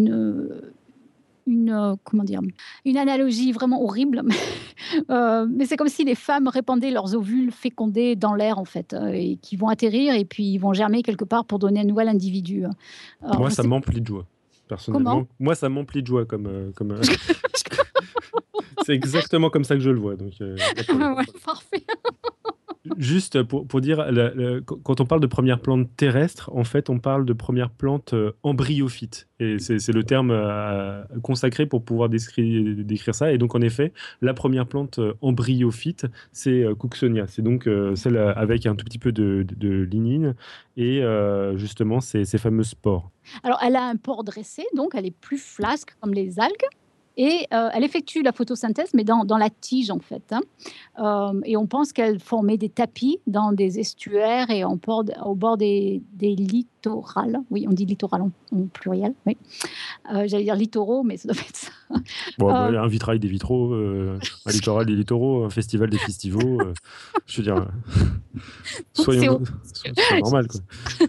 comment dire? Une analogie vraiment horrible, mais c'est comme si les femmes répandaient leurs ovules fécondés dans l'air, en fait, et qui vont atterrir et puis ils vont germer quelque part pour donner un nouvel individu. Alors, moi, ça m'emplit de joie, personnellement. Comment? Moi, ça m'emplit de joie comme... C'est exactement comme ça que je le vois. Donc, Ouais, parfait. juste pour dire, quand on parle de première plante terrestre, en fait, on parle de première plante embryophyte. Et c'est le terme consacré pour pouvoir décrire ça. Et donc, en effet, la première plante embryophyte, c'est Cooksonia. C'est donc celle avec un tout petit peu de lignine et justement ces fameux spores. Alors, elle a un port dressé, donc elle est plus flasque comme les algues. Et elle effectue la photosynthèse, mais dans la tige, en fait. Hein. Et on pense qu'elle formait des tapis dans des estuaires et au bord des littorales. Oui, on dit littoral en pluriel. Oui. J'allais dire littoraux, mais ça doit être ça. Bon, Euh, un vitrail des vitraux, un littoral des littoraux, un festival des festivals. Je veux dire, c'est soyons normal, quoi.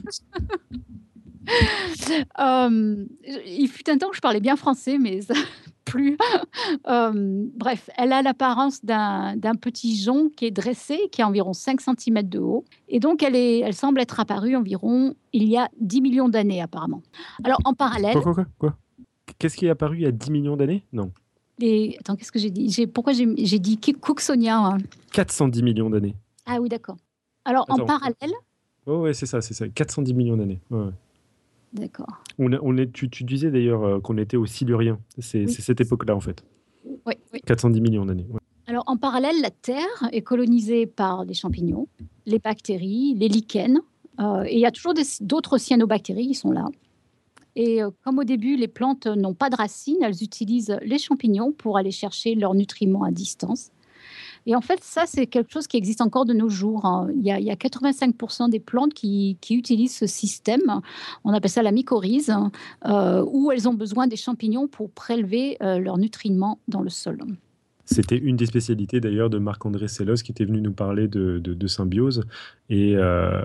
Il fut un temps où je parlais bien français, mais ça plus. Bref, elle a l'apparence d'un petit jonc qui est dressé, qui a environ 5 centimètres de haut. Et donc, elle semble être apparue environ il y a 10 millions d'années, apparemment. Alors, en parallèle, Quoi? Qu'est-ce qui est apparu il y a 10 millions d'années? Non. Attends, qu'est-ce que j'ai dit? Pourquoi j'ai dit Cooksonia, hein? 410 millions d'années. Ah oui, d'accord. Alors, en Attends. parallèle, Oh ouais, c'est ça. 410 millions d'années. Ouais. d'accord. Tu disais d'ailleurs qu'on était au Silurien. C'est Oui. cette époque-là, en fait. Oui. 410 millions d'années. Ouais. Alors, en parallèle, la Terre est colonisée par les champignons, les bactéries, les lichens, et il y a toujours d'autres cyanobactéries qui sont là. Et comme au début, les plantes n'ont pas de racines, elles utilisent les champignons pour aller chercher leurs nutriments à distance. Et en fait, ça, c'est quelque chose qui existe encore de nos jours. Hein. Il y a 85% des plantes qui utilisent ce système. On appelle ça la mycorhize, où elles ont besoin des champignons pour prélever leurs nutriments dans le sol. C'était une des spécialités d'ailleurs de Marc-André Sellos qui était venu nous parler de symbiose et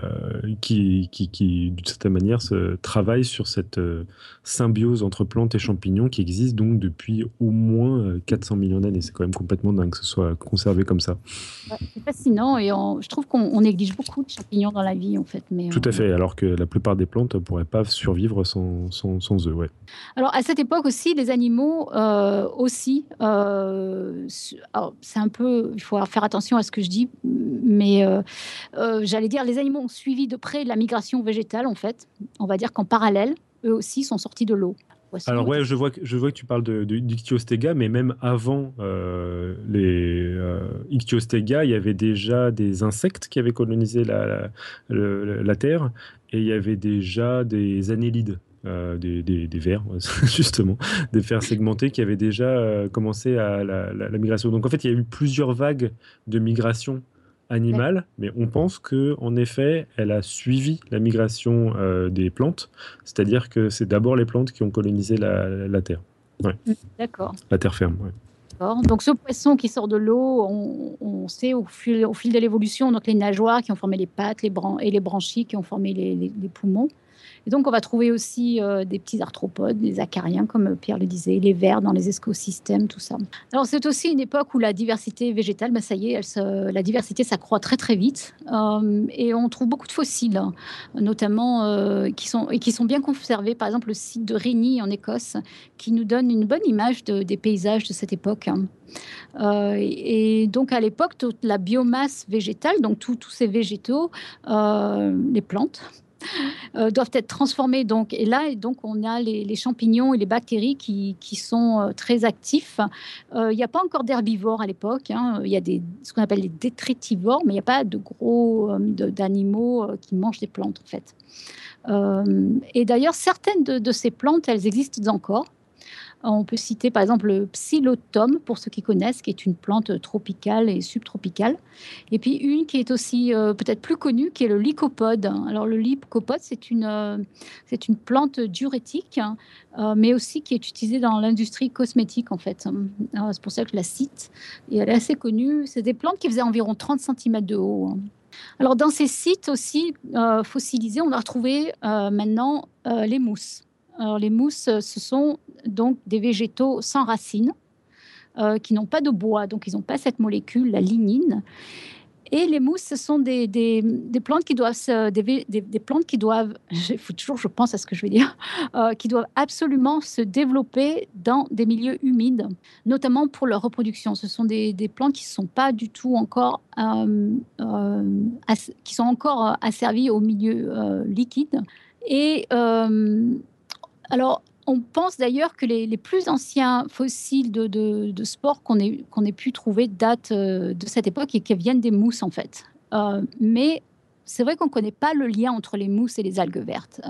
qui d'une certaine manière travaille sur cette symbiose entre plantes et champignons qui existe donc depuis au moins 400 millions d'années. C'est quand même complètement dingue que ce soit conservé comme ça. Ouais, c'est fascinant et je trouve qu'on néglige beaucoup de champignons dans la vie en fait. Mais, Tout à fait, alors que la plupart des plantes ne pourraient pas survivre sans eux. Ouais. Alors à cette époque aussi, les animaux aussi, alors, c'est un peu, il faut faire attention à ce que je dis, mais j'allais dire, les animaux ont suivi de près la migration végétale en fait. On va dire qu'en parallèle, eux aussi sont sortis de l'eau. Poissons, Alors ouais, etc. je vois que tu parles d'Ichthyostega, mais même avant les Ichthyostega, il y avait déjà des insectes qui avaient colonisé la Terre, et il y avait déjà des annélides, des vers, justement, des vers segmentés qui avaient déjà commencé à la migration. Donc en fait, il y a eu plusieurs vagues de migration animale, mais on pense que en effet, elle a suivi la migration des plantes, c'est-à-dire que c'est d'abord les plantes qui ont colonisé la terre. Ouais. D'accord. La terre ferme. Ouais. D'accord. Donc ce poisson qui sort de l'eau, on sait au fil de l'évolution, donc les nageoires qui ont formé les pattes, et les branchies qui ont formé les poumons. Et donc on va trouver aussi des petits arthropodes, des acariens, comme Pierre le disait, les vers dans les écosystèmes, tout ça. Alors c'est aussi une époque où la diversité végétale, ça y est, la diversité s'accroît très très vite. Et on trouve beaucoup de fossiles, hein, notamment qui sont bien conservés. Par exemple, le site de Rigny en Écosse, qui nous donne une bonne image des paysages de cette époque. Hein. Et donc à l'époque, toute la biomasse végétale, donc tous ces végétaux, les plantes, doivent être transformés. Donc, on a les champignons et les bactéries qui sont très actifs. Il n'y a pas encore d'herbivores à l'époque. Hein. Il y a ce qu'on appelle les détritivores, mais il n'y a pas de gros d'animaux qui mangent des plantes, en fait. Et d'ailleurs, certaines de ces plantes, elles existent encore. On peut citer par exemple le Psilotum, pour ceux qui connaissent, qui est une plante tropicale et subtropicale. Et puis une qui est aussi peut-être plus connue, qui est le lycopode. Alors le lycopode, c'est une plante diurétique, hein, mais aussi qui est utilisée dans l'industrie cosmétique en fait. Alors, c'est pour ça que je la cite. Et elle est assez connue. C'est des plantes qui faisaient environ 30 cm de haut. Hein. Alors dans ces sites aussi fossilisés, on a retrouvé maintenant les mousses. Alors, les mousses, ce sont donc des végétaux sans racines, qui n'ont pas de bois, donc ils n'ont pas cette molécule, la lignine. Et les mousses, ce sont des plantes qui doivent, des plantes qui doivent, il faut toujours, je pense à ce que je vais dire, qui doivent absolument se développer dans des milieux humides, notamment pour leur reproduction. Ce sont des plantes qui ne sont pas du tout encore, qui sont encore asservies au milieu liquide. Et alors, on pense d'ailleurs que les plus anciens fossiles de spores qu'on ait pu trouver datent de cette époque et qui viennent des mousses, en fait. Mais c'est vrai qu'on ne connaît pas le lien entre les mousses et les algues vertes.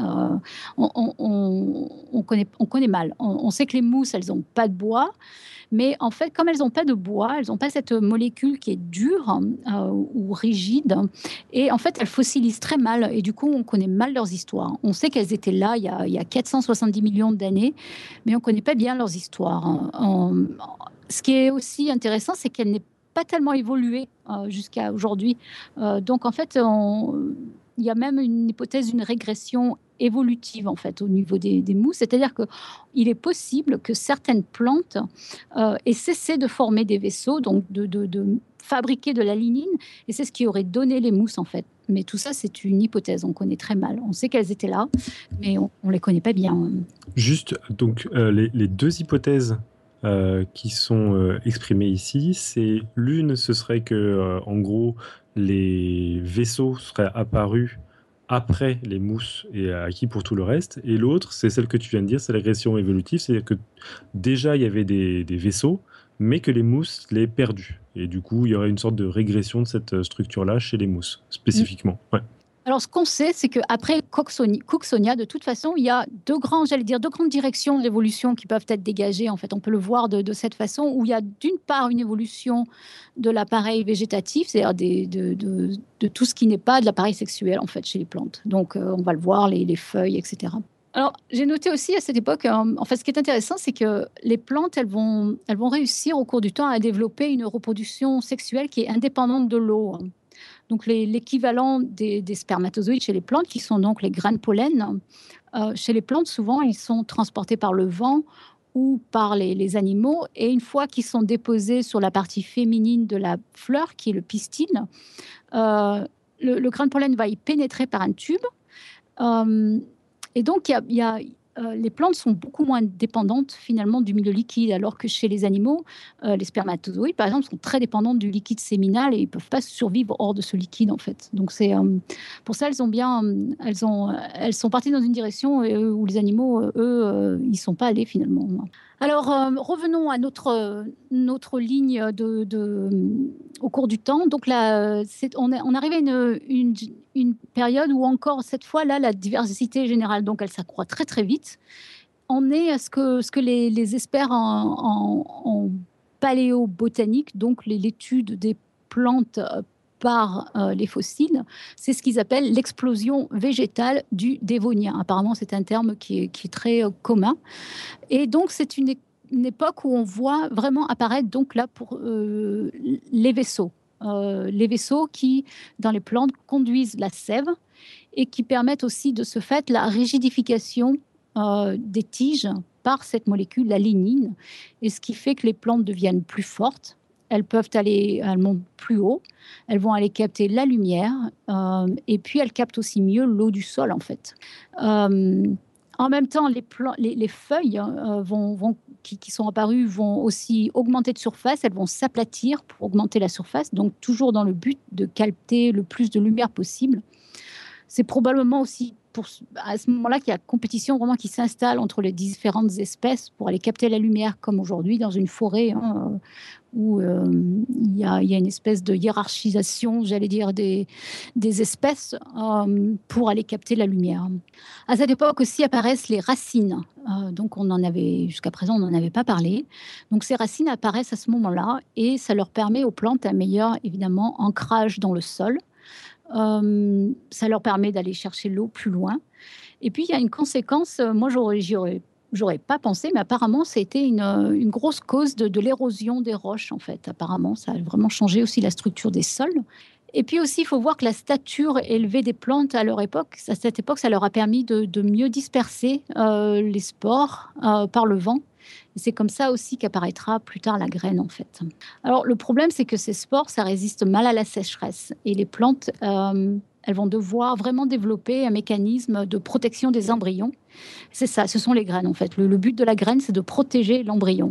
On connaît mal. On sait que les mousses, elles n'ont pas de bois, mais en fait, comme elles n'ont pas de bois, elles n'ont pas cette molécule qui est dure ou rigide, et en fait, elles fossilisent très mal, et du coup, on connaît mal leurs histoires. On sait qu'elles étaient là il y a 470 millions d'années, mais on ne connaît pas bien leurs histoires. Ce qui est aussi intéressant, c'est qu'elles n'est pas tellement évolué jusqu'à aujourd'hui. Donc, en fait, il y a même une hypothèse d'une régression évolutive en fait au niveau des mousses, c'est-à-dire qu'il est possible que certaines plantes aient cessé de former des vaisseaux, donc de fabriquer de la lignine, et c'est ce qui aurait donné les mousses en fait. Mais tout ça, c'est une hypothèse, on connaît très mal. On sait qu'elles étaient là, mais on ne les connaît pas bien. Juste, donc, les deux hypothèses qui sont exprimées ici, c'est l'une, ce serait que, en gros, les vaisseaux seraient apparus après les mousses et acquis pour tout le reste. Et l'autre, c'est celle que tu viens de dire, c'est la régression évolutive, c'est-à-dire que déjà il y avait des vaisseaux, mais que les mousses les perdus. Et du coup, il y aurait une sorte de régression de cette structure-là chez les mousses, spécifiquement. Ouais. Alors, ce qu'on sait, c'est qu'après Cooksonia, de toute façon, il y a deux grandes directions d'évolution qui peuvent être dégagées. En fait, on peut le voir de cette façon, où il y a d'une part une évolution de l'appareil végétatif, c'est-à-dire de tout ce qui n'est pas de l'appareil sexuel, en fait, chez les plantes. Donc, on va le voir, les feuilles, etc. Alors, j'ai noté aussi à cette époque, en fait, ce qui est intéressant, c'est que les plantes, elles vont réussir au cours du temps à développer une reproduction sexuelle qui est indépendante de l'eau. Donc, l'équivalent des spermatozoïdes chez les plantes, qui sont donc les grains de pollen, chez les plantes, souvent, ils sont transportés par le vent ou par les animaux. Et une fois qu'ils sont déposés sur la partie féminine de la fleur, qui est le pistil, le grain de pollen va y pénétrer par un tube. Et donc, les plantes sont beaucoup moins dépendantes finalement du milieu liquide, alors que chez les animaux, les spermatozoïdes, par exemple, sont très dépendantes du liquide séminal et ils ne peuvent pas survivre hors de ce liquide, en fait. Donc, c'est pour ça, elles sont parties dans une direction où les animaux, eux, ils ne sont pas allés finalement. Alors, revenons à notre ligne au cours du temps. Donc là, on arrive à une période où encore, cette fois-là, la diversité est générale. Donc, elle s'accroît très, très vite. On est à ce que les experts en paléobotanique, donc l'étude des plantes par les fossiles, c'est ce qu'ils appellent l'explosion végétale du Dévonien. Apparemment, c'est un terme qui est très commun. Et donc, c'est une époque où on voit vraiment apparaître donc là pour les vaisseaux. Les vaisseaux qui, dans les plantes, conduisent la sève et qui permettent aussi de ce fait la rigidification des tiges par cette molécule, la lignine, et ce qui fait que les plantes deviennent plus fortes. Elles montent plus haut, elles vont aller capter la lumière, et puis elles captent aussi mieux l'eau du sol, en fait. En même temps, les feuilles qui sont apparues vont aussi augmenter de surface, elles vont s'aplatir pour augmenter la surface, donc toujours dans le but de capter le plus de lumière possible. C'est probablement aussi à ce moment-là qu'il y a compétition vraiment qui s'installe entre les différentes espèces pour aller capter la lumière, comme aujourd'hui dans une forêt où il y a une espèce de hiérarchisation, j'allais dire, des espèces pour aller capter la lumière. À cette époque aussi apparaissent les racines. Donc jusqu'à présent, on n'en avait pas parlé. Donc ces racines apparaissent à ce moment-là et ça leur permet aux plantes un meilleur, évidemment, ancrage dans le sol. Ça leur permet d'aller chercher l'eau plus loin. Et puis, il y a une conséquence, moi, j'aurais pas pensé, mais apparemment, ça a été une grosse cause de l'érosion des roches, en fait. Apparemment, ça a vraiment changé aussi la structure des sols. Et puis aussi, il faut voir que la stature élevée des plantes à cette époque, ça leur a permis de mieux disperser les spores par le vent. Et c'est comme ça aussi qu'apparaîtra plus tard la graine, en fait. Alors, le problème, c'est que ces spores, ça résiste mal à la sécheresse. Et les plantes, elles vont devoir vraiment développer un mécanisme de protection des embryons. C'est ça, ce sont les graines, en fait. Le but de la graine, c'est de protéger l'embryon.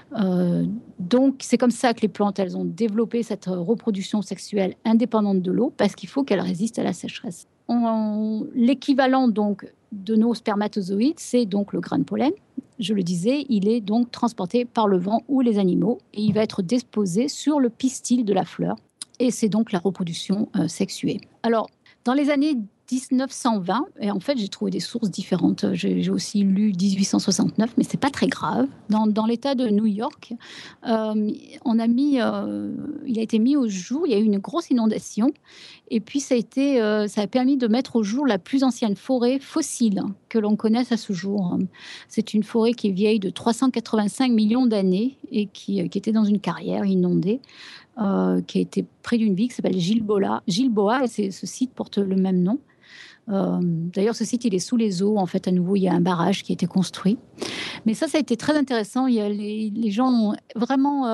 Donc, c'est comme ça que les plantes, elles ont développé cette reproduction sexuelle indépendante de l'eau, parce qu'il faut qu'elle résiste à la sécheresse. L'équivalent, donc, de nos spermatozoïdes, c'est donc le grain de pollen. Je le disais, il est donc transporté par le vent ou les animaux et il va être déposé sur le pistil de la fleur. Et c'est donc la reproduction sexuée. Alors, Dans les années 1920, et en fait, j'ai trouvé des sources différentes. J'ai aussi lu 1869, mais c'est pas très grave. Dans l'État de New York, on a mis, il a été mis au jour. Il y a eu une grosse inondation, et puis ça a permis de mettre au jour la plus ancienne forêt fossile que l'on connaisse à ce jour. C'est une forêt qui est vieille de 385 millions d'années et qui était dans une carrière inondée. Qui a été près d'une ville qui s'appelle Gilboa, et ce site porte le même nom. D'ailleurs, ce site, il est sous les eaux. En fait, à nouveau, il y a un barrage qui a été construit. Mais ça a été très intéressant. Il y a les gens ont vraiment...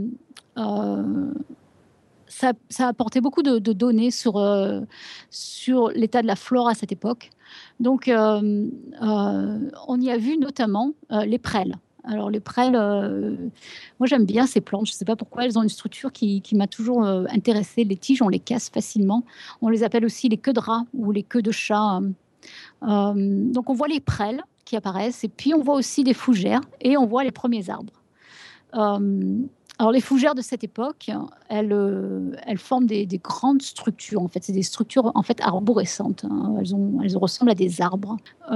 ça a apporté beaucoup de données sur l'état de la flore à cette époque. Donc, on y a vu notamment les prêles. Alors, les prêles, moi j'aime bien ces plantes. Je ne sais pas pourquoi, elles ont une structure qui m'a toujours intéressée. Les tiges, on les casse facilement. On les appelle aussi les queues de rat ou les queues de chat. Donc, on voit les prêles qui apparaissent, et puis on voit aussi des fougères, et on voit les premiers arbres. Alors, les fougères de cette époque, elles forment des grandes structures. En fait, c'est des structures en fait arborescentes. Elles ressemblent à des arbres.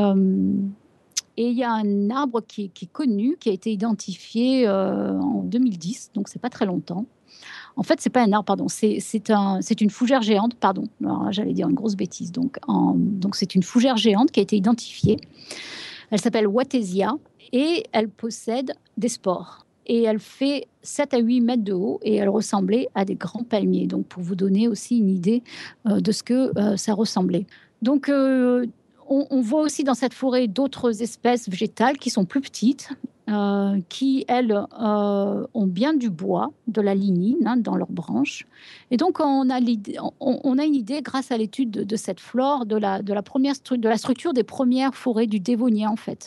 Et il y a un arbre qui est connu, qui a été identifié en 2010, donc c'est pas très longtemps. En fait, c'est pas un arbre, pardon, c'est une fougère géante, pardon. Alors, j'allais dire une grosse bêtise. Donc c'est une fougère géante qui a été identifiée. Elle s'appelle Wattesia et elle possède des spores. Et elle fait 7 à 8 mètres de haut et elle ressemblait à des grands palmiers. Donc, pour vous donner aussi une idée de ce que ça ressemblait. Donc, on voit aussi dans cette forêt d'autres espèces végétales qui sont plus petites, qui, elles, ont bien du bois, de la lignine dans leurs branches. Et donc, on a une idée, grâce à l'étude de cette flore, de la structure des premières forêts du Dévonien, en fait.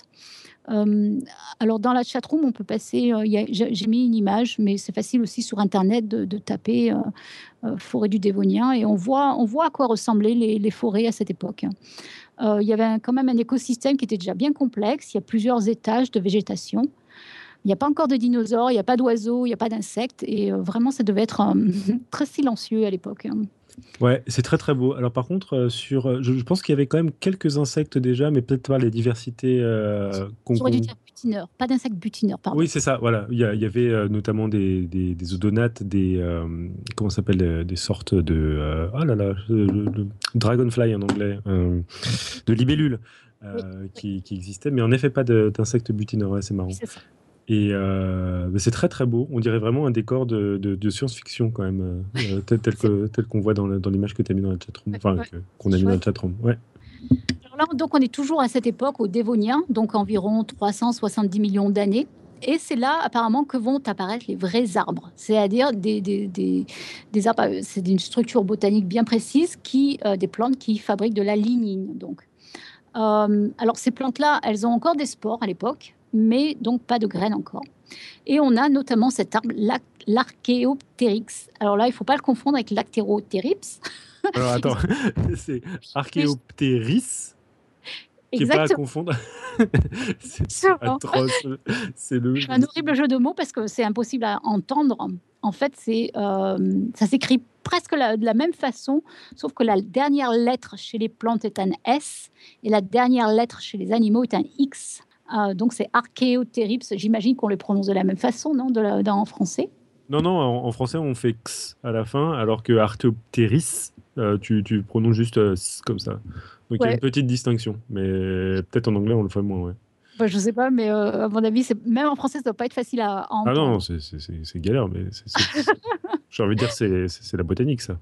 Alors, dans la chatroom, on peut passer... j'ai mis une image, mais c'est facile aussi sur Internet de taper forêt du Dévonien, et on voit à quoi ressemblaient les forêts à cette époque. Il y avait quand même un écosystème qui était déjà bien complexe. Il y a plusieurs étages de végétation. Il n'y a pas encore de dinosaures, il n'y a pas d'oiseaux, il n'y a pas d'insectes. Et vraiment, ça devait être très silencieux à l'époque. Ouais, c'est très très beau. Alors par contre, je pense qu'il y avait quand même quelques insectes déjà, mais peut-être pas les diversités J'aurais dû dire butineurs, pas d'insectes butineurs, pardon. Oui, c'est ça, voilà. Il y avait notamment des odonates, comment ça s'appelle, des sortes de... ah là là, le dragonfly en anglais, de libellules qui existaient, mais en effet pas d'insectes butineurs, ouais, c'est marrant. C'est ça. Et c'est très très beau. On dirait vraiment un décor de science-fiction quand même, tel qu'on voit dans l'image que tu as mis dans la chatroom, enfin qu'on a mis dans la chatroom. Ouais. Alors là, donc on est toujours à cette époque au Dévonien, donc environ 370 millions d'années. Et c'est là, apparemment, que vont apparaître les vrais arbres, c'est-à-dire des arbres. C'est une structure botanique bien précise, des plantes qui fabriquent de la lignine. Donc, alors ces plantes-là, elles ont encore des spores à l'époque, mais donc pas de graines encore. Et on a notamment cet arbre, l'Archaeopteryx. Alors là, il ne faut pas le confondre avec l'Archaeopteryx. Alors attends, c'est Archaeopteryx, qui n'est pas à confondre. C'est atroce. C'est un horrible jeu de mots parce que c'est impossible à entendre. En fait, ça s'écrit presque de la même façon, sauf que la dernière lettre chez les plantes est un S et la dernière lettre chez les animaux est un X. Donc c'est Archaeopteryx. J'imagine qu'on le prononce de la même façon, non, en français. Non, en français on fait X à la fin, alors que Archaeopteryx, tu prononces juste comme ça. Donc il y a une petite distinction, mais peut-être en anglais on le fait moins, ouais. Bah, je sais pas, mais à mon avis, même en français, ça doit pas être facile à entendre. Ah non, c'est galère, mais j'ai envie de dire c'est la botanique, ça.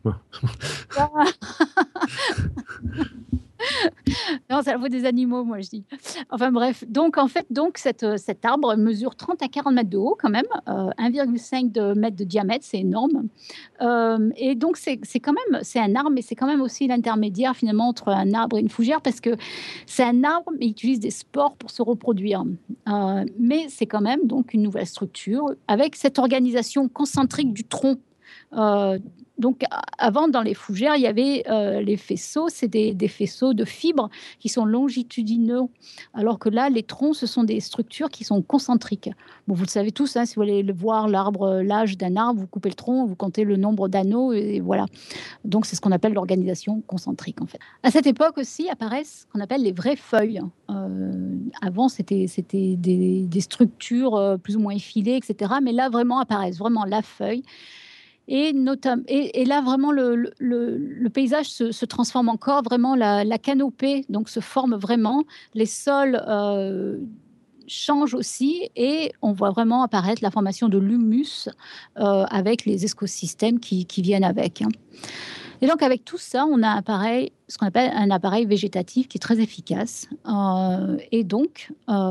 Non, c'est la faute des animaux, moi je dis. Enfin bref, donc en fait, cet arbre mesure 30 à 40 mètres de haut quand même, 1,5 mètre de diamètre, c'est énorme. Et donc c'est un arbre, mais c'est quand même aussi l'intermédiaire finalement entre un arbre et une fougère, parce que c'est un arbre, mais il utilise des spores pour se reproduire. Mais c'est quand même donc une nouvelle structure avec cette organisation concentrique du tronc. Donc, avant, dans les fougères, il y avait les faisceaux, c'est des faisceaux de fibres qui sont longitudinaux, alors que là, les troncs, ce sont des structures qui sont concentriques. Bon, vous le savez tous, hein, si vous voulez voir l'âge d'un arbre, vous coupez le tronc, vous comptez le nombre d'anneaux, et voilà. Donc, c'est ce qu'on appelle l'organisation concentrique, en fait. À cette époque aussi apparaissent ce qu'on appelle les vraies feuilles. Avant, c'était des structures plus ou moins effilées, etc. Mais là, vraiment apparaissent vraiment la feuille. Et là, vraiment, le paysage se transforme encore. Vraiment, la canopée donc, se forme vraiment. Les sols changent aussi. Et on voit vraiment apparaître la formation de l'humus avec les écosystèmes qui viennent avec. Hein. Et donc, avec tout ça, on a ce qu'on appelle un appareil végétatif qui est très efficace. Et donc,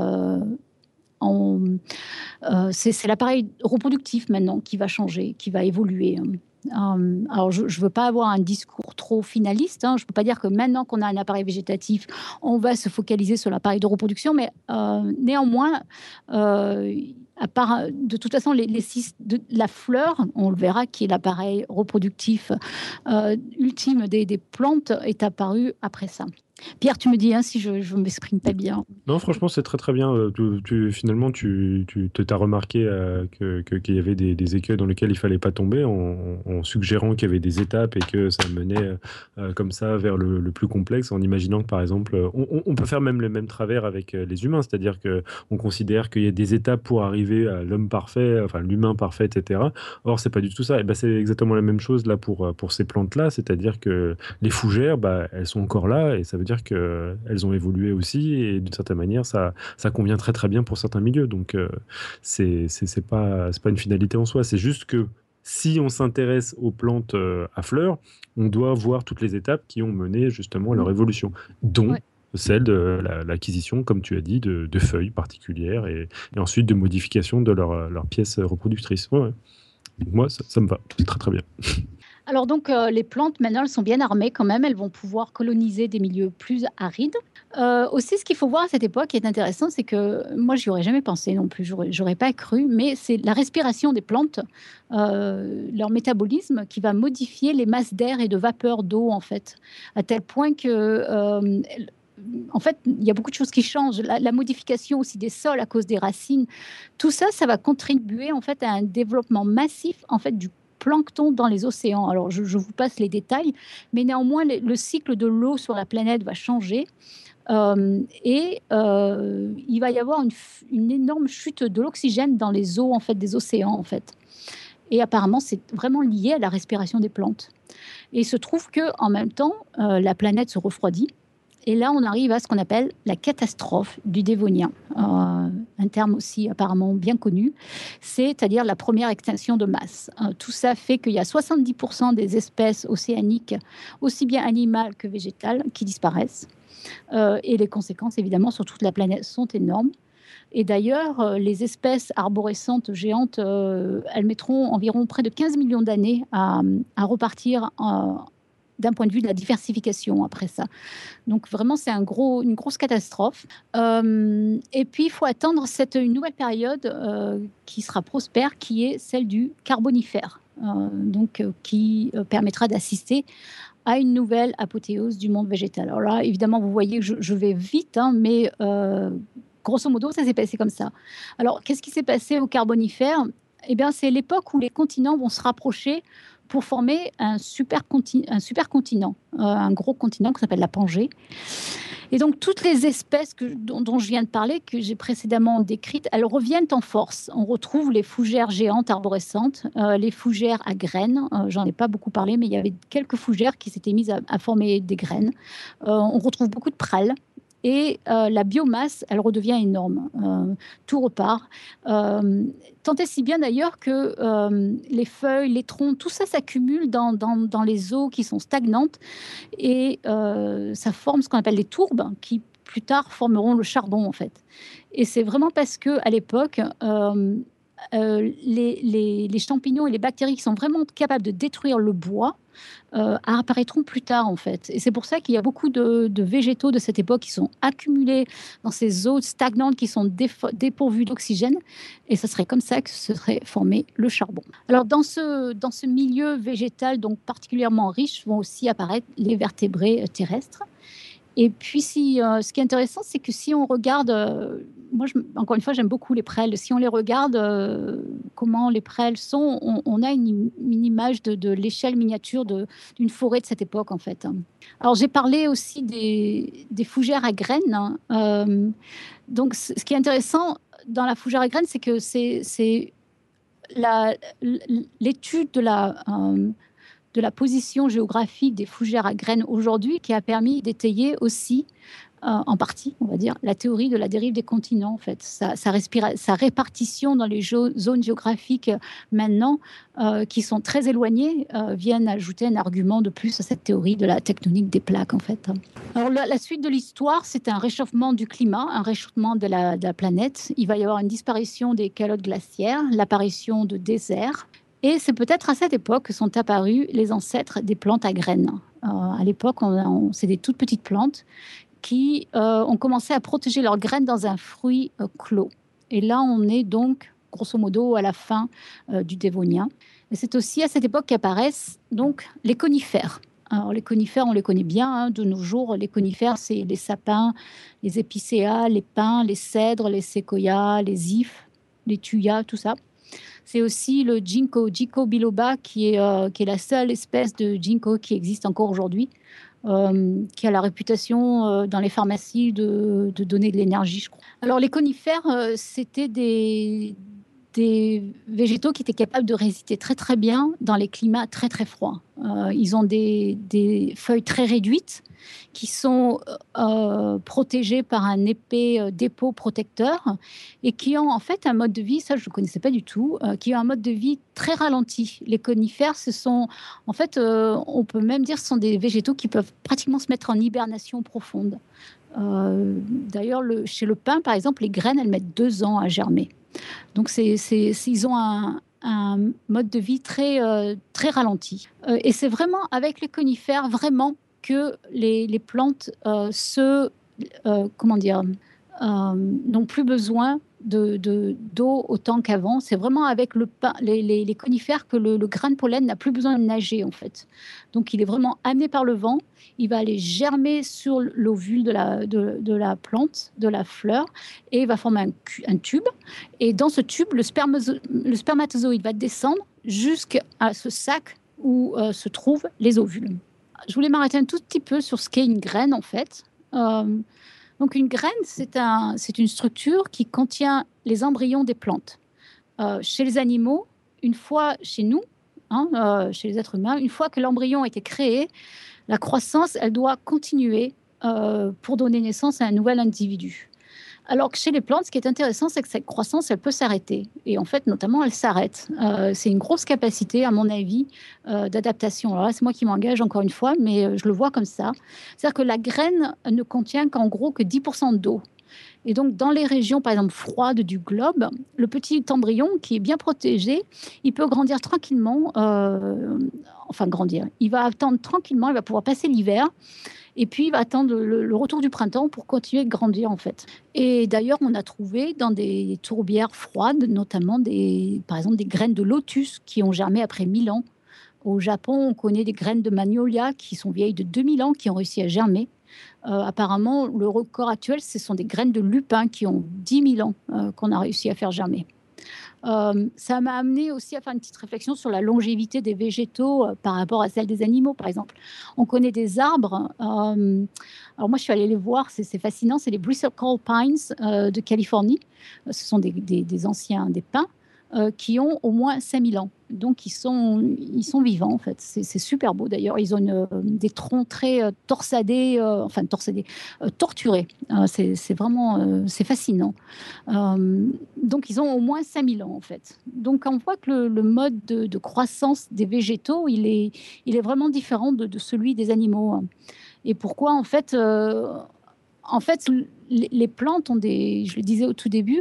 c'est l'appareil reproductif maintenant qui va changer, qui va évoluer. Alors, je ne veux pas avoir un discours trop finaliste. Hein. Je ne peux pas dire que maintenant qu'on a un appareil végétatif, on va se focaliser sur l'appareil de reproduction. Mais néanmoins, de toute façon, la fleur, on le verra, qui est l'appareil reproductif ultime des plantes, est apparu après ça. Pierre, tu me dis hein, si je ne m'exprime pas bien. Non, franchement, c'est très très bien. Finalement, tu as remarqué qu'il y avait des écueils dans lesquels il fallait pas tomber en suggérant qu'il y avait des étapes et que ça menait comme ça vers le plus complexe, en imaginant que, par exemple, on peut faire même le même travers avec les humains, c'est-à-dire qu'on considère qu'il y a des étapes pour arriver à l'homme parfait, enfin l'humain parfait, etc. Or, c'est pas du tout ça. Et ben, c'est exactement la même chose là pour ces plantes-là, c'est-à-dire que les fougères, bah, elles sont encore là et ça veut dire qu'elles ont évolué aussi et d'une certaine manière, ça convient très très bien pour certains milieux. Donc, c'est pas une finalité en soi. C'est juste que si on s'intéresse aux plantes à fleurs, on doit voir toutes les étapes qui ont mené justement à leur évolution, dont celle de l'acquisition, comme tu as dit, de feuilles particulières et ensuite de modification de leurs pièces reproductrices. Ouais. Donc moi, ça me va. C'est très très bien. Alors donc, les plantes, maintenant, elles sont bien armées quand même. Elles vont pouvoir coloniser des milieux plus arides. Aussi, ce qu'il faut voir à cette époque qui est intéressant, c'est que moi, j'y aurais jamais pensé non plus. J'aurais pas cru, mais c'est la respiration des plantes, leur métabolisme qui va modifier les masses d'air et de vapeur d'eau, en fait, à tel point que en fait, il y a beaucoup de choses qui changent. La modification aussi des sols à cause des racines, tout ça, ça va contribuer en fait à un développement massif en fait du plancton dans les océans. Alors, je vous passe les détails, mais néanmoins, le cycle de l'eau sur la planète va changer. Il va y avoir une énorme chute de l'oxygène dans les eaux en fait, des océans. En fait. Et apparemment, c'est vraiment lié à la respiration des plantes. Et il se trouve qu'en même temps, la planète se refroidit. Et là, on arrive à ce qu'on appelle la catastrophe du Dévonien, un terme aussi apparemment bien connu, c'est-à-dire la première extinction de masse. Tout ça fait qu'il y a 70% des espèces océaniques, aussi bien animales que végétales, qui disparaissent. Et les conséquences, évidemment, sur toute la planète sont énormes. Et d'ailleurs, les espèces arborescentes géantes, elles mettront environ près de 15 millions d'années à repartir d'un point de vue de la diversification après ça. Donc vraiment, c'est une grosse catastrophe. Et puis, il faut attendre une nouvelle période qui sera prospère, qui est celle du Carbonifère, qui permettra d'assister à une nouvelle apothéose du monde végétal. Alors là, évidemment, vous voyez que je vais vite, hein, mais grosso modo, ça s'est passé comme ça. Alors, qu'est-ce qui s'est passé au Carbonifère ? Eh bien, c'est l'époque où les continents vont se rapprocher pour former un supercontinent, un gros continent qui s'appelle la Pangée. Et donc, toutes les espèces dont je viens de parler, que j'ai précédemment décrites, elles reviennent en force. On retrouve les fougères géantes arborescentes, les fougères à graines. J'en ai pas beaucoup parlé, mais il y avait quelques fougères qui s'étaient mises à former des graines. On retrouve beaucoup de prêles. Et la biomasse, elle redevient énorme. Tout repart. Tant et si bien d'ailleurs que les feuilles, les troncs, tout ça s'accumule dans les eaux qui sont stagnantes. Et ça forme ce qu'on appelle les tourbes, qui plus tard formeront le charbon en fait. Et c'est vraiment parce qu'à l'époque, les champignons et les bactéries qui sont vraiment capables de détruire le bois apparaîtront plus tard en fait. Et c'est pour ça qu'il y a beaucoup de végétaux de cette époque qui sont accumulés dans ces eaux stagnantes qui sont dépourvues d'oxygène. Et ce serait comme ça que se serait formé le charbon. Alors dans ce milieu végétal donc particulièrement riche vont aussi apparaître les vertébrés terrestres. Et puis, ce qui est intéressant, c'est que si on regarde, moi, encore une fois, j'aime beaucoup les prêles. Si on les regarde, comment les prêles sont, on a une image de l'échelle miniature d'une forêt de cette époque, en fait. Alors, j'ai parlé aussi des fougères à graines, hein. Donc, ce qui est intéressant dans la fougère à graines, c'est que c'est l'étude de la position géographique des fougères à graines aujourd'hui qui a permis d'étayer aussi, en partie, on va dire, la théorie de la dérive des continents, en fait. Sa répartition dans les zones géographiques maintenant, qui sont très éloignées, viennent ajouter un argument de plus à cette théorie de la tectonique des plaques, en fait. Alors, la suite de l'histoire, c'est un réchauffement du climat, un réchauffement de la planète. Il va y avoir une disparition des calottes glaciaires, l'apparition de déserts. Et c'est peut-être à cette époque que sont apparus les ancêtres des plantes à graines. À l'époque, c'est des toutes petites plantes qui ont commencé à protéger leurs graines dans un fruit clos. Et là, on est donc, grosso modo, à la fin du Dévonien. Et c'est aussi à cette époque qu'apparaissent donc les conifères. Alors, les conifères, on les connaît bien, hein, de nos jours. Les conifères, c'est les sapins, les épicéas, les pins, les cèdres, les séquoias, les ifs, les thuyas, tout ça. C'est aussi le ginkgo biloba qui est la seule espèce de ginkgo qui existe encore aujourd'hui, qui a la réputation dans les pharmacies de donner de l'énergie, je crois. Alors les conifères, c'était des végétaux qui étaient capables de résister très très bien dans les climats très très froids. Ils ont des feuilles très réduites qui sont protégées par un épais dépôt protecteur et qui ont en fait un mode de vie, ça je ne connaissais pas du tout, qui ont un mode de vie très ralenti. Les conifères, ce sont en fait, on peut même dire, ce sont des végétaux qui peuvent pratiquement se mettre en hibernation profonde. D'ailleurs, chez le pin, par exemple, les graines, elles mettent 2 ans à germer. Donc, ils ont un mode de vie très, très ralenti. Et c'est vraiment avec les conifères, vraiment, que les plantes n'ont plus besoin d'eau autant qu'avant. C'est vraiment avec les conifères que le grain de pollen n'a plus besoin de nager, en fait. Donc, il est vraiment amené par le vent. Il va aller germer sur l'ovule de la plante, de la fleur, et il va former un tube. Et dans ce tube, le spermatozoïde va descendre jusqu'à ce sac où se trouvent les ovules. Je voulais m'arrêter un tout petit peu sur ce qu'est une graine, en fait. Donc, une graine, c'est une structure qui contient les embryons des plantes. Chez les animaux, une fois chez nous, chez les êtres humains, une fois que l'embryon a été créé, la croissance, elle doit continuer pour donner naissance à un nouvel individu. Alors que chez les plantes, ce qui est intéressant, c'est que cette croissance, elle peut s'arrêter. Et en fait, notamment, elle s'arrête. C'est une grosse capacité, à mon avis, d'adaptation. Alors là, c'est moi qui m'engage encore une fois, mais je le vois comme ça. C'est-à-dire que la graine ne contient qu'en gros que 10% d'eau. Et donc, dans les régions, par exemple, froides du globe, le petit embryon qui est bien protégé, il peut grandir tranquillement. Grandir. Il va attendre tranquillement, il va pouvoir passer l'hiver. Et puis, il va attendre le retour du printemps pour continuer de grandir, en fait. Et d'ailleurs, on a trouvé dans des tourbières froides, notamment par exemple des graines de lotus qui ont germé après 1000 ans. Au Japon, on connaît des graines de magnolia qui sont vieilles de 2000 ans, qui ont réussi à germer. Apparemment, le record actuel, ce sont des graines de lupin qui ont 10 000 ans qu'on a réussi à faire germer. Ça m'a amené aussi à faire une petite réflexion sur la longévité des végétaux par rapport à celle des animaux, par exemple. On connaît des arbres. Alors moi, je suis allée les voir. C'est fascinant. C'est les Bristol Pines de Californie. Ce sont des anciens des pins qui ont au moins 5000 ans. Donc, ils sont vivants, en fait. C'est super beau, d'ailleurs. Ils ont des troncs très torturés. C'est vraiment c'est fascinant. Donc, ils ont au moins 5000 ans, en fait. Donc, on voit que le mode de croissance des végétaux, il est vraiment différent de celui des animaux. Et pourquoi, en fait, En fait, les plantes ont je le disais au tout début,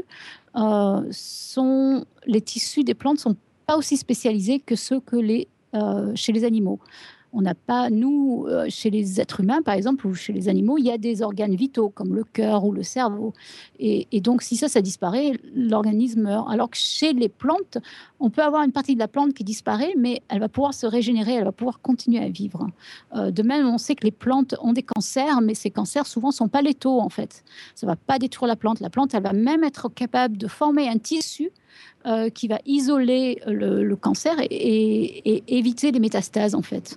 les tissus des plantes sont pas aussi spécialisés que ceux chez les animaux. On n'a pas, nous, chez les êtres humains, par exemple, ou chez les animaux, il y a des organes vitaux, comme le cœur ou le cerveau. Et donc, si ça disparaît, l'organisme meurt. Alors que chez les plantes, on peut avoir une partie de la plante qui disparaît, mais elle va pouvoir se régénérer, elle va pouvoir continuer à vivre. De même, on sait que les plantes ont des cancers, mais ces cancers, souvent, ne sont pas létaux, en fait. Ça ne va pas détruire la plante. La plante, elle va même être capable de former un tissu qui va isoler le cancer et éviter les métastases, en fait.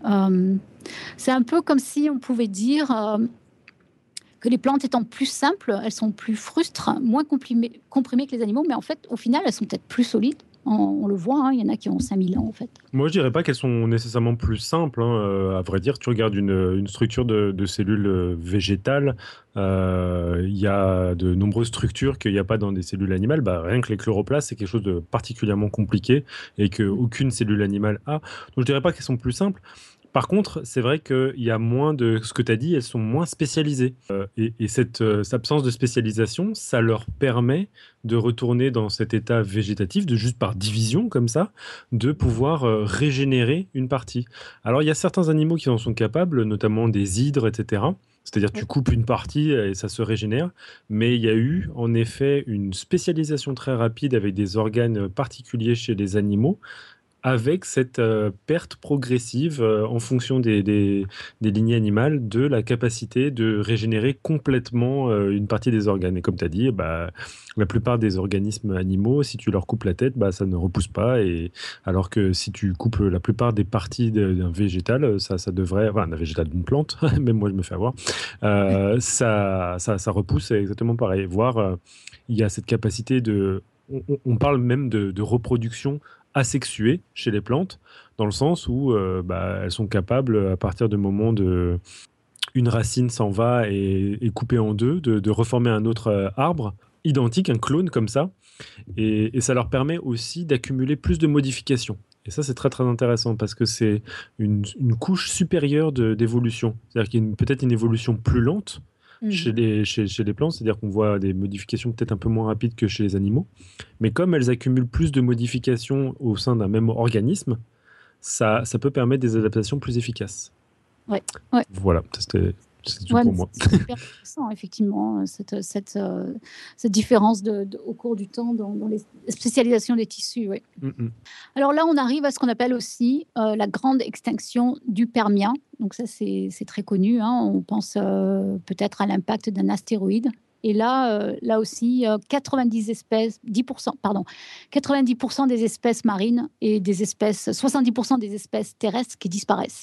C'est un peu comme si on pouvait dire que les plantes étant plus simples, elles sont plus frustres, moins comprimées que les animaux, mais en fait, au final, elles sont peut-être plus solides. On le voit, hein, il y en a qui ont 5000 ans, en fait. Moi, je dirais pas qu'elles sont nécessairement plus simples, hein. À vrai dire, tu regardes une structure de cellules végétales, il y a de nombreuses structures qu'il n'y a pas dans des cellules animales. Bah, rien que les chloroplastes, c'est quelque chose de particulièrement compliqué et qu'aucune cellule animale a. Donc, je dirais pas qu'elles sont plus simples. Par contre, c'est vrai qu'il y a moins de ce que tu as dit, elles sont moins spécialisées. Et cette absence de spécialisation, ça leur permet de retourner dans cet état végétatif, de juste par division comme ça, de pouvoir régénérer une partie. Alors, il y a certains animaux qui en sont capables, notamment des hydres, etc. C'est-à-dire tu coupes une partie et ça se régénère. Mais il y a eu en effet une spécialisation très rapide avec des organes particuliers chez les animaux, avec cette perte progressive en fonction des lignées animales de la capacité de régénérer complètement une partie des organes. Et comme tu as dit, bah, la plupart des organismes animaux, si tu leur coupes la tête, bah, ça ne repousse pas. Alors que si tu coupes la plupart des parties d'un végétal, ça devrait... Enfin, d'un végétal, d'une plante, même moi je me fais avoir, ça repousse exactement pareil. Voire, il y a cette capacité de... On parle même de reproduction asexuées chez les plantes, dans le sens où elles sont capables, à partir du moment où une racine s'en va et est coupée en deux, de reformer un autre arbre identique, un clone comme ça. Et ça leur permet aussi d'accumuler plus de modifications. Et ça, c'est très très intéressant parce que c'est une couche supérieure d'évolution. C'est-à-dire qu'il y a peut-être une évolution plus lente chez les plantes, c'est-à-dire qu'on voit des modifications peut-être un peu moins rapides que chez les animaux. Mais comme elles accumulent plus de modifications au sein d'un même organisme, ça peut permettre des adaptations plus efficaces. Ouais. Voilà, c'est tout pour moi. C'est super intéressant, effectivement, cette différence au cours du temps dans les spécialisations des tissus. Ouais. Alors là, on arrive à ce qu'on appelle aussi la grande extinction du Permien. Donc ça, c'est très connu, hein. On pense peut-être à l'impact d'un astéroïde. Et là aussi, 90% des espèces marines et 70% des espèces terrestres qui disparaissent.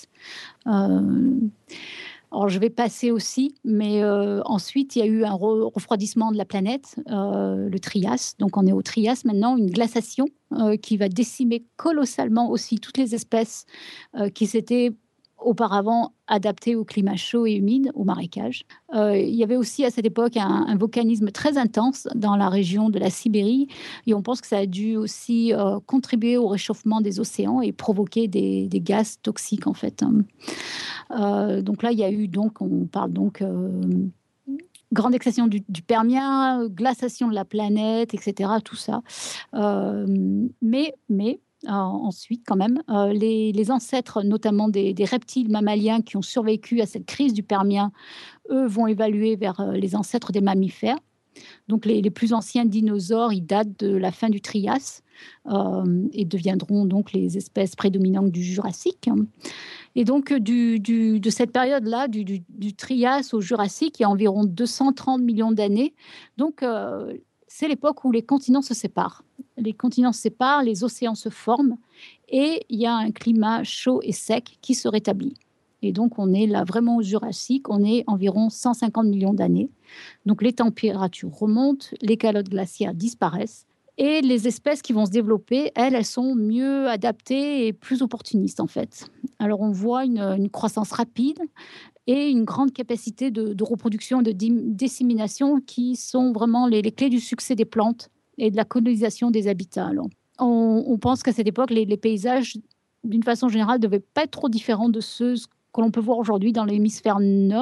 Alors, je vais passer aussi, mais ensuite, il y a eu un refroidissement de la planète, le Trias. Donc, on est au Trias maintenant, une glaciation qui va décimer colossalement aussi toutes les espèces qui s'étaient auparavant adaptées au climat chaud et humide, au marécage. Il y avait aussi à cette époque un volcanisme très intense dans la région de la Sibérie, et on pense que ça a dû aussi contribuer au réchauffement des océans et provoquer des gaz toxiques, en fait. Donc là, il y a eu, on parle grande extinction du Permien, glaciation de la planète, etc., tout ça. Mais ensuite, quand même, les ancêtres, notamment des reptiles mammaliens qui ont survécu à cette crise du Permien, eux, vont évaluer vers les ancêtres des mammifères. Donc, les plus anciens dinosaures, ils datent de la fin du Trias et deviendront donc les espèces prédominantes du Jurassique. Et donc, de cette période-là, du Trias au Jurassique, il y a environ 230 millions d'années. Donc, c'est l'époque où les continents se séparent. Les continents se séparent, les océans se forment et il y a un climat chaud et sec qui se rétablit. Et donc, on est là vraiment au Jurassique, on est environ 150 millions d'années. Donc, les températures remontent, les calottes glaciaires disparaissent et les espèces qui vont se développer, elles sont mieux adaptées et plus opportunistes, en fait. Alors, on voit une croissance rapide et une grande capacité de reproduction, de dissémination qui sont vraiment les clés du succès des plantes et de la colonisation des habitats. Alors, on pense qu'à cette époque, les paysages, d'une façon générale, ne devaient pas être trop différents de ceux que l'on peut voir aujourd'hui dans l'hémisphère nord.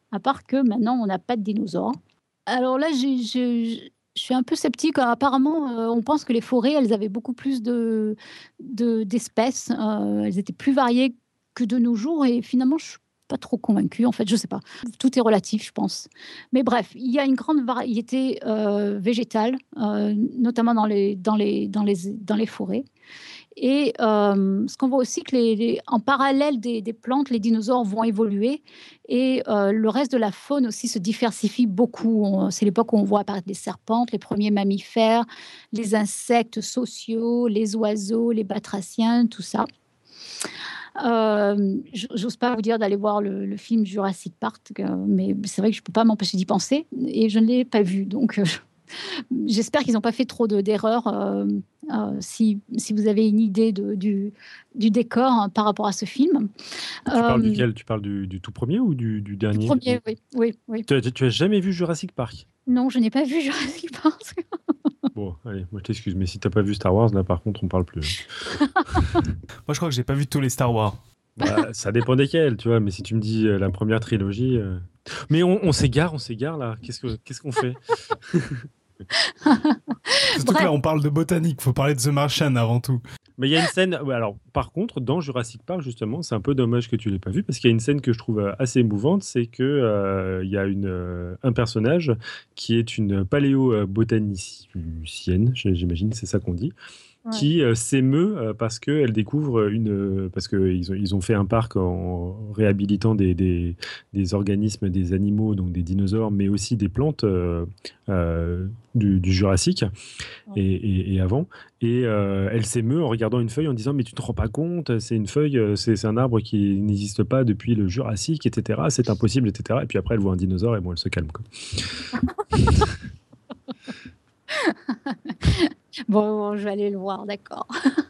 à part que maintenant on n'a pas de dinosaures. Alors là, je suis un peu sceptique. Apparemment, on pense que les forêts, elles avaient beaucoup plus d'espèces. Elles étaient plus variées que de nos jours. Et finalement, je suis pas trop convaincue. En fait, je sais pas. Tout est relatif, je pense. Mais bref, il y a une grande variété végétale, notamment dans les forêts. Et ce qu'on voit aussi, que en parallèle des plantes, les dinosaures vont évoluer et le reste de la faune aussi se diversifie beaucoup. C'est l'époque où on voit apparaître les serpentes, les premiers mammifères, les insectes sociaux, les oiseaux, les batraciens, tout ça. J'ose pas vous dire d'aller voir le film Jurassic Park, mais c'est vrai que je peux pas m'empêcher d'y penser et je ne l'ai pas vu. Donc, j'espère qu'ils n'ont pas fait trop d'erreurs. Si vous avez une idée du décor par rapport à ce film. Tu parles duquel? Tu parles du tout premier ou du dernier? Du premier, oui. Tu as jamais vu Jurassic Park? Non, je n'ai pas vu Jurassic Park. Bon, allez, moi je t'excuse, mais si t'as pas vu Star Wars, là par contre on parle plus. Moi, je crois que j'ai pas vu tous les Star Wars. Bah, ça dépend desquels, tu vois, mais si tu me dis la première trilogie... Mais on s'égare là, qu'est-ce qu'on fait? Surtout que là, on parle de botanique, faut parler de The Martian avant tout. Mais il y a une scène, alors par contre, dans Jurassic Park, justement, c'est un peu dommage que tu l'aies pas vu, parce qu'il y a une scène que je trouve assez émouvante, c'est que il y a un personnage qui est une paléobotanicienne, j'imagine, c'est ça qu'on dit, qui s'émeut parce qu'elle découvre parce qu'ils ont fait un parc en réhabilitant des organismes, des animaux, donc des dinosaures, mais aussi des plantes du Jurassique et avant. Et elle s'émeut en regardant une feuille en disant: mais tu te rends pas compte, c'est une feuille, c'est un arbre qui n'existe pas depuis le Jurassique, etc. C'est impossible, etc. Et puis après, elle voit un dinosaure et bon, elle se calme, quoi. Bon, je vais aller le voir, d'accord.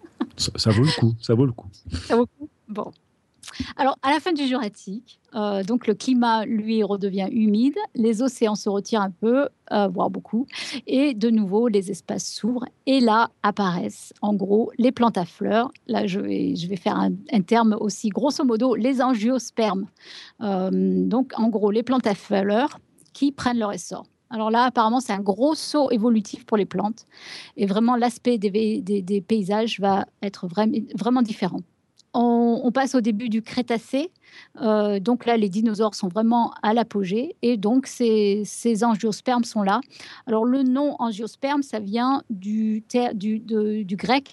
Ça vaut le coup, ça vaut le coup. Ça vaut le coup. Bon. Alors, à la fin du Jurassique, donc le climat, lui, redevient humide, les océans se retirent un peu, voire beaucoup, et de nouveau, les espaces s'ouvrent, et là apparaissent, en gros, les plantes à fleurs. Là, je vais faire un terme aussi, grosso modo, les angiospermes. Donc, en gros, les plantes à fleurs qui prennent leur essor. Alors là, apparemment, c'est un gros saut évolutif pour les plantes, et vraiment, l'aspect des paysages va être vraiment différent. On passe au début du Crétacé. Donc là, les dinosaures sont vraiment à l'apogée. Et donc, ces angiospermes sont là. Alors, le nom angiosperme, ça vient du grec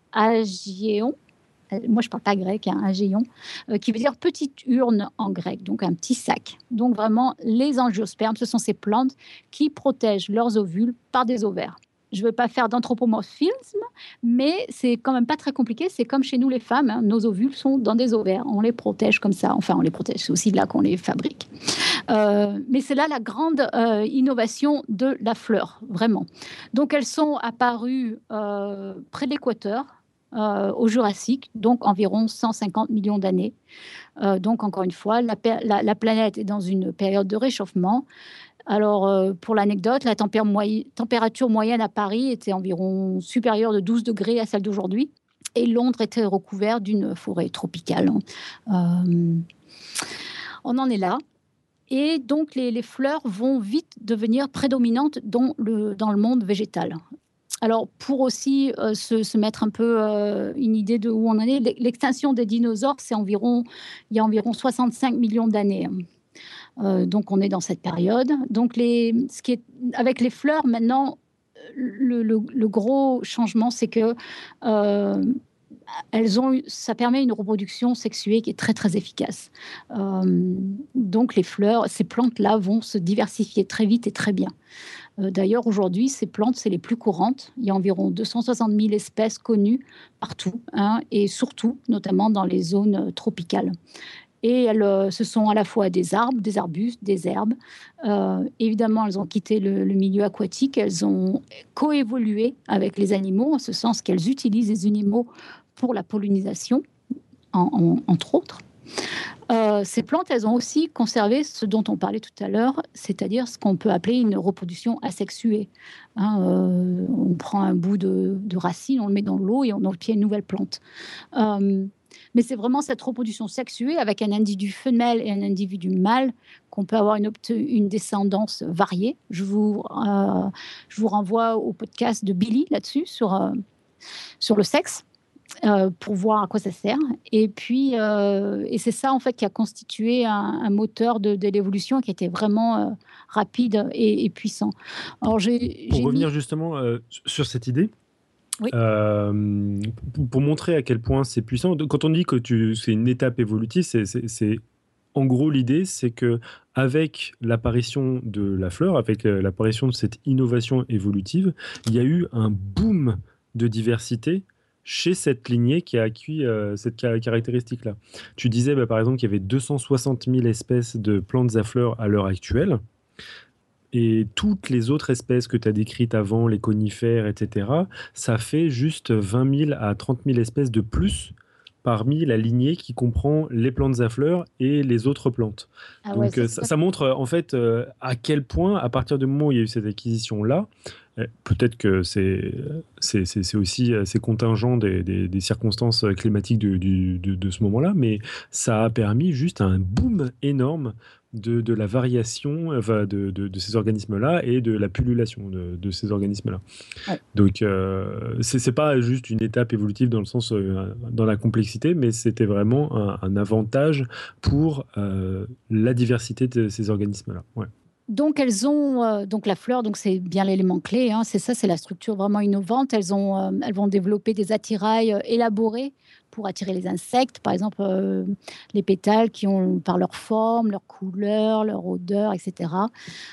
agéon. Moi, je ne parle pas grec, agéon, qui veut dire petite urne en grec, donc un petit sac. Donc, vraiment, les angiospermes, ce sont ces plantes qui protègent leurs ovules par des ovaires. Je ne veux pas faire d'anthropomorphisme, mais c'est quand même pas très compliqué. C'est comme chez nous les femmes, hein, nos ovules sont dans des ovaires. On les protège comme ça. Enfin, on les protège. C'est aussi là qu'on les fabrique. Mais c'est là la grande innovation de la fleur, vraiment. Donc, elles sont apparues près de l'équateur, au Jurassique, donc environ 150 millions d'années. Donc, encore une fois, la planète est dans une période de réchauffement. Alors, pour l'anecdote, la température moyenne à Paris était environ supérieure de 12 degrés à celle d'aujourd'hui. Et Londres était recouvert d'une forêt tropicale. On en est là. Et donc, les fleurs vont vite devenir prédominantes dans le monde végétal. Alors, pour aussi se mettre un peu une idée de où on en est, l'extinction des dinosaures, il y a environ 65 millions d'années. Donc, on est dans cette période. Donc, avec les fleurs, maintenant, le gros changement, c'est que ça permet une reproduction sexuée qui est très, très efficace. Donc, les fleurs, ces plantes-là vont se diversifier très vite et très bien. D'ailleurs, aujourd'hui, ces plantes, c'est les plus courantes. Il y a environ 260 000 espèces connues partout, hein, et surtout, notamment dans les zones tropicales. Et ce sont à la fois des arbres, des arbustes, des herbes. Évidemment, elles ont quitté le milieu aquatique. Elles ont coévolué avec les animaux, en ce sens qu'elles utilisent les animaux pour la pollinisation, entre autres. Ces plantes, elles ont aussi conservé ce dont on parlait tout à l'heure, c'est-à-dire ce qu'on peut appeler une reproduction asexuée. On prend un bout de racine, on le met dans l'eau et on obtient une nouvelle plante. Mais c'est vraiment cette reproduction sexuée avec un individu femelle et un individu mâle qu'on peut avoir une descendance variée. Je vous renvoie au podcast de Billy là-dessus, sur le sexe, pour voir à quoi ça sert. Et puis, et c'est ça, en fait, qui a constitué un moteur de l'évolution qui était vraiment rapide et puissant. Alors, Pour revenir justement sur cette idée, Oui. pour montrer à quel point c'est puissant, quand on dit que c'est une étape évolutive, c'est en gros l'idée, c'est que avec l'apparition de la fleur, avec l'apparition de cette innovation évolutive, il y a eu un boom de diversité chez cette lignée qui a acquis cette caractéristique-là. Tu disais par exemple qu'il y avait 260 000 espèces de plantes à fleurs à l'heure actuelle. Et toutes les autres espèces que tu as décrites avant, les conifères, etc., ça fait juste 20 000 à 30 000 espèces de plus parmi la lignée qui comprend les plantes à fleurs et les autres plantes. Ah Donc ouais, ça montre en fait à quel point, à partir du moment où il y a eu cette acquisition-là, peut-être que c'est aussi c'est contingent des circonstances climatiques de ce moment-là, mais ça a permis juste un boom énorme de la variation de ces organismes-là et de la pullulation de ces organismes-là. Ouais. Donc, c'est pas juste une étape évolutive dans le sens, dans la complexité, mais c'était vraiment un avantage pour la diversité de ces organismes-là. Ouais. Donc, elles ont donc la fleur, donc c'est bien l'élément clé, hein, c'est ça, c'est la structure vraiment innovante. Elles vont développer des attirails élaborés pour attirer les insectes. Par exemple, les pétales qui ont, par leur forme, leur couleur, leur odeur, etc.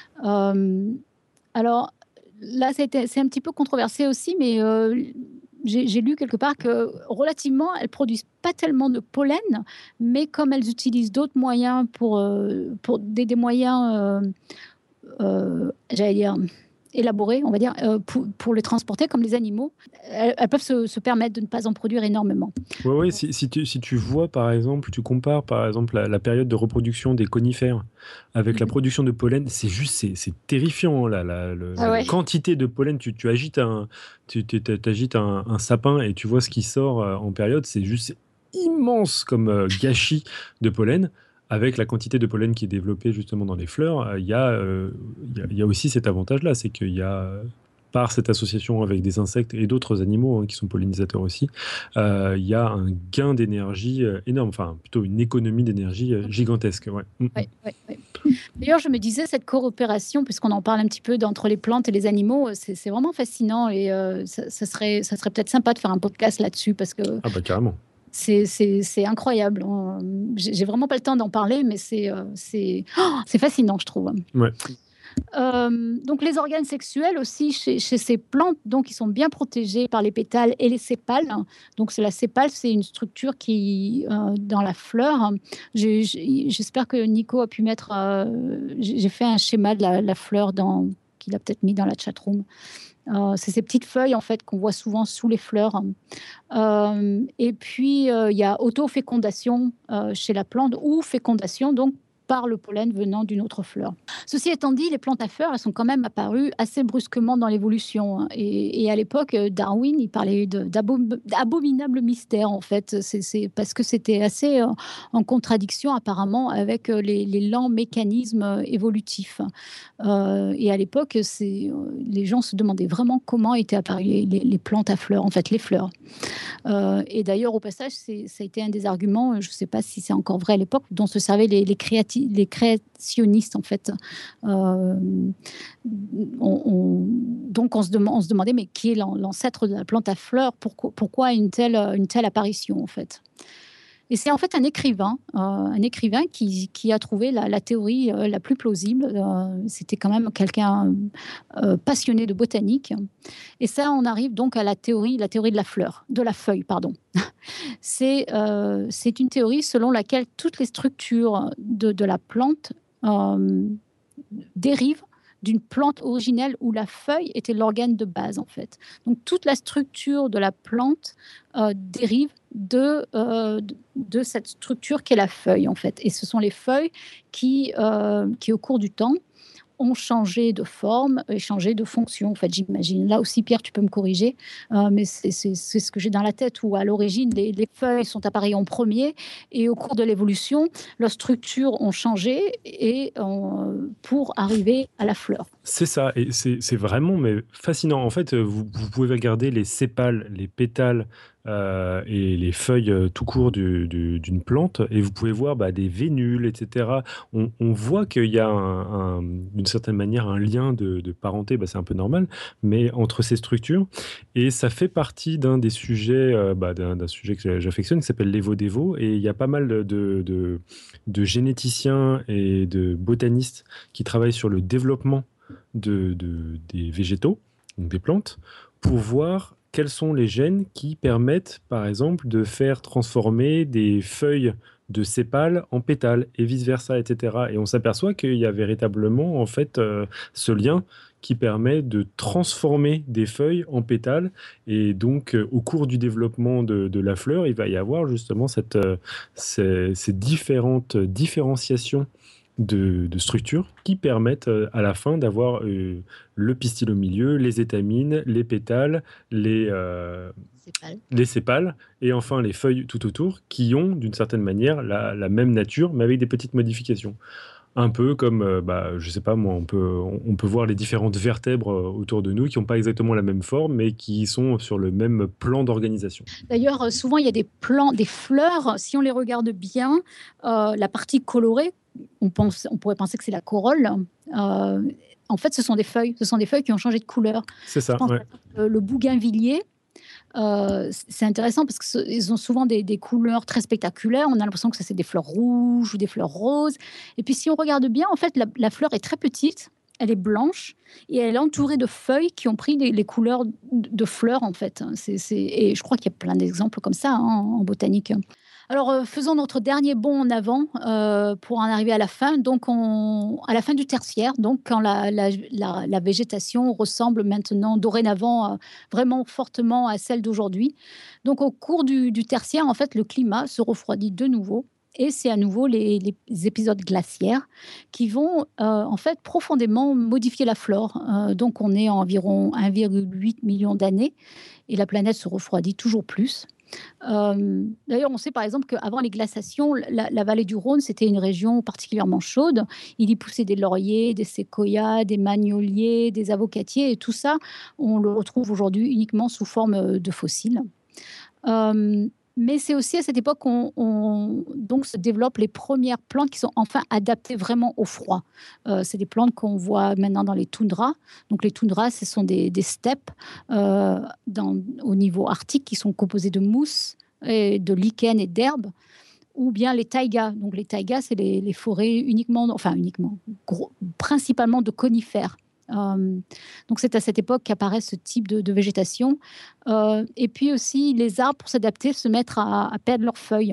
Alors là, c'est un petit peu controversé aussi, mais j'ai lu quelque part que relativement, elles produisent pas tellement de pollen, mais comme elles utilisent d'autres moyens pour des moyens, j'allais dire élaborés, on va dire, pour les transporter comme les animaux, elles peuvent se permettre de ne pas en produire énormément. Ouais, si tu vois, par exemple, tu compares, par exemple, la période de reproduction des conifères avec la production de pollen, c'est terrifiant, hein, la quantité de pollen. Tu agites t'agites un sapin et tu vois ce qui sort en période, c'est immense comme gâchis de pollen. Avec la quantité de pollen qui est développée justement dans les fleurs, il y a aussi cet avantage-là, c'est qu'il y a, par cette association avec des insectes et d'autres animaux qui sont pollinisateurs aussi, il y a un gain d'énergie énorme, enfin plutôt une économie d'énergie gigantesque. Ouais. Ouais. D'ailleurs, je me disais, cette coopération, puisqu'on en parle un petit peu entre les plantes et les animaux, c'est vraiment fascinant et ça serait peut-être sympa de faire un podcast là-dessus parce que Ah bah carrément. c'est incroyable. J'ai vraiment pas le temps d'en parler, mais c'est fascinant, je trouve. Ouais. Donc les organes sexuels aussi chez ces plantes, donc ils sont bien protégés par les pétales et les sépales. Donc la sépale, c'est une structure qui dans la fleur. J'espère que Nico a pu mettre. J'ai fait un schéma de la fleur qu'il a peut-être mis dans la chatroom. C'est ces petites feuilles en fait qu'on voit souvent sous les fleurs. Et puis il y a autofécondation chez la plante ou fécondation donc par le pollen venant d'une autre fleur. Ceci étant dit, les plantes à fleurs, elles sont quand même apparues assez brusquement dans l'évolution, hein. Et à l'époque, Darwin, il parlait d'abominables mystères, en fait. C'est parce que c'était assez en contradiction, apparemment, avec les lents mécanismes évolutifs. Et à l'époque, les gens se demandaient vraiment comment étaient apparues les plantes à fleurs, en fait, les fleurs. Et d'ailleurs, au passage, ça a été un des arguments, je ne sais pas si c'est encore vrai à l'époque, dont se servaient les créationnistes, en fait. Donc, on se demandait, mais qui est l'ancêtre de la plante à fleurs? Pourquoi une telle apparition, en fait? Et c'est en fait un écrivain qui a trouvé la théorie la plus plausible. C'était quand même quelqu'un passionné de botanique. Et ça, on arrive donc à la théorie de la feuille, pardon. C'est une théorie selon laquelle toutes les structures de la plante dérivent d'une plante originelle où la feuille était l'organe de base, en fait. Donc toute la structure de la plante dérive de cette structure qu'est la feuille, en fait. Et ce sont les feuilles qui au cours du temps, ont changé de forme et changé de fonction. En fait, j'imagine. Là aussi, Pierre, tu peux me corriger, mais c'est ce que j'ai dans la tête, où à l'origine, les feuilles sont apparues en premier, et au cours de l'évolution, leurs structures ont changé pour arriver à la fleur. C'est ça, et c'est vraiment mais fascinant. En fait, vous pouvez regarder les sépales, les pétales et les feuilles tout court d'une plante, et vous pouvez voir des vénules, etc. On voit qu'il y a d'une certaine manière un lien de parenté, c'est un peu normal, mais entre ces structures, et ça fait partie d'un des sujets, d'un sujet que j'affectionne, qui s'appelle l'évo-dévo, et il y a pas mal de généticiens et de botanistes qui travaillent sur le développement des végétaux, donc des plantes, pour voir quels sont les gènes qui permettent, par exemple, de faire transformer des feuilles de sépales en pétales et vice-versa, etc. Et on s'aperçoit qu'il y a véritablement, en fait, ce lien qui permet de transformer des feuilles en pétales. Et donc, au cours du développement de la fleur, il va y avoir justement ces différentes différenciations de structures qui permettent à la fin d'avoir le pistil au milieu, les étamines, les pétales, les sépales, et enfin les feuilles tout autour, qui ont d'une certaine manière la même nature, mais avec des petites modifications. Un peu comme, je sais pas moi, on peut voir les différentes vertèbres autour de nous qui n'ont pas exactement la même forme, mais qui sont sur le même plan d'organisation. D'ailleurs, souvent, il y a des fleurs, si on les regarde bien, la partie colorée, on pourrait penser que c'est la corolle. En fait, ce sont des feuilles qui ont changé de couleur. C'est ça, Je pense ouais. le bougainvillier, c'est intéressant parce qu'ils ont souvent des couleurs très spectaculaires. On a l'impression que c'est des fleurs rouges ou des fleurs roses. Et puis, si on regarde bien, en fait, la fleur est très petite. Elle est blanche et elle est entourée de feuilles qui ont pris les couleurs de fleurs, en fait. Et je crois qu'il y a plein d'exemples comme ça, en botanique. Alors, faisons notre dernier bond en avant pour en arriver à la fin. Donc, à la fin du tertiaire, donc quand la végétation ressemble maintenant, dorénavant, vraiment fortement à celle d'aujourd'hui. Donc, au cours du tertiaire, en fait, le climat se refroidit de nouveau. Et c'est à nouveau les épisodes glaciaires qui vont en fait profondément modifier la flore. Donc, on est à environ 1,8 million d'années et la planète se refroidit toujours plus. D'ailleurs, on sait par exemple qu'avant les glaciations, la vallée du Rhône, c'était une région particulièrement chaude. Il y poussait des lauriers, des séquoias, des magnoliers, des avocatiers, et tout ça, on le retrouve aujourd'hui uniquement sous forme de fossiles. Mais c'est aussi à cette époque qu'on donc se développent les premières plantes qui sont enfin adaptées vraiment au froid. C'est des plantes qu'on voit maintenant dans les toundras. Donc les toundras, ce sont des steppes au niveau arctique qui sont composées de mousse, et de lichens et d'herbes, ou bien les taïgas. Donc les taïgas, c'est les forêts principalement de conifères. Donc c'est à cette époque qu'apparaît ce type de végétation. Et puis aussi, les arbres, pour s'adapter, se mettent à perdre leurs feuilles.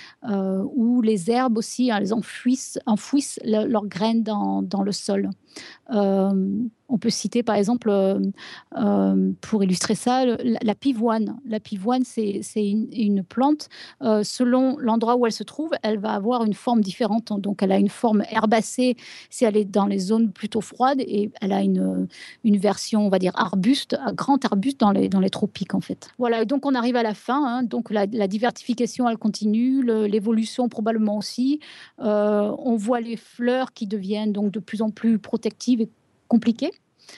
Ou les herbes aussi, elles enfouissent leurs graines dans le sol. On peut citer par exemple, pour illustrer ça, la pivoine. La pivoine, c'est une plante, selon l'endroit où elle se trouve, elle va avoir une forme différente. Donc elle a une forme herbacée si elle est dans les zones plutôt froides, et elle a une version, on va dire, arbuste, un grand arbuste dans les tropiques, en fait. Voilà, et donc on arrive à la fin, hein. Donc la diversification, elle continue, l'évolution probablement aussi. On voit les fleurs qui deviennent donc de plus en plus protectives et compliquées.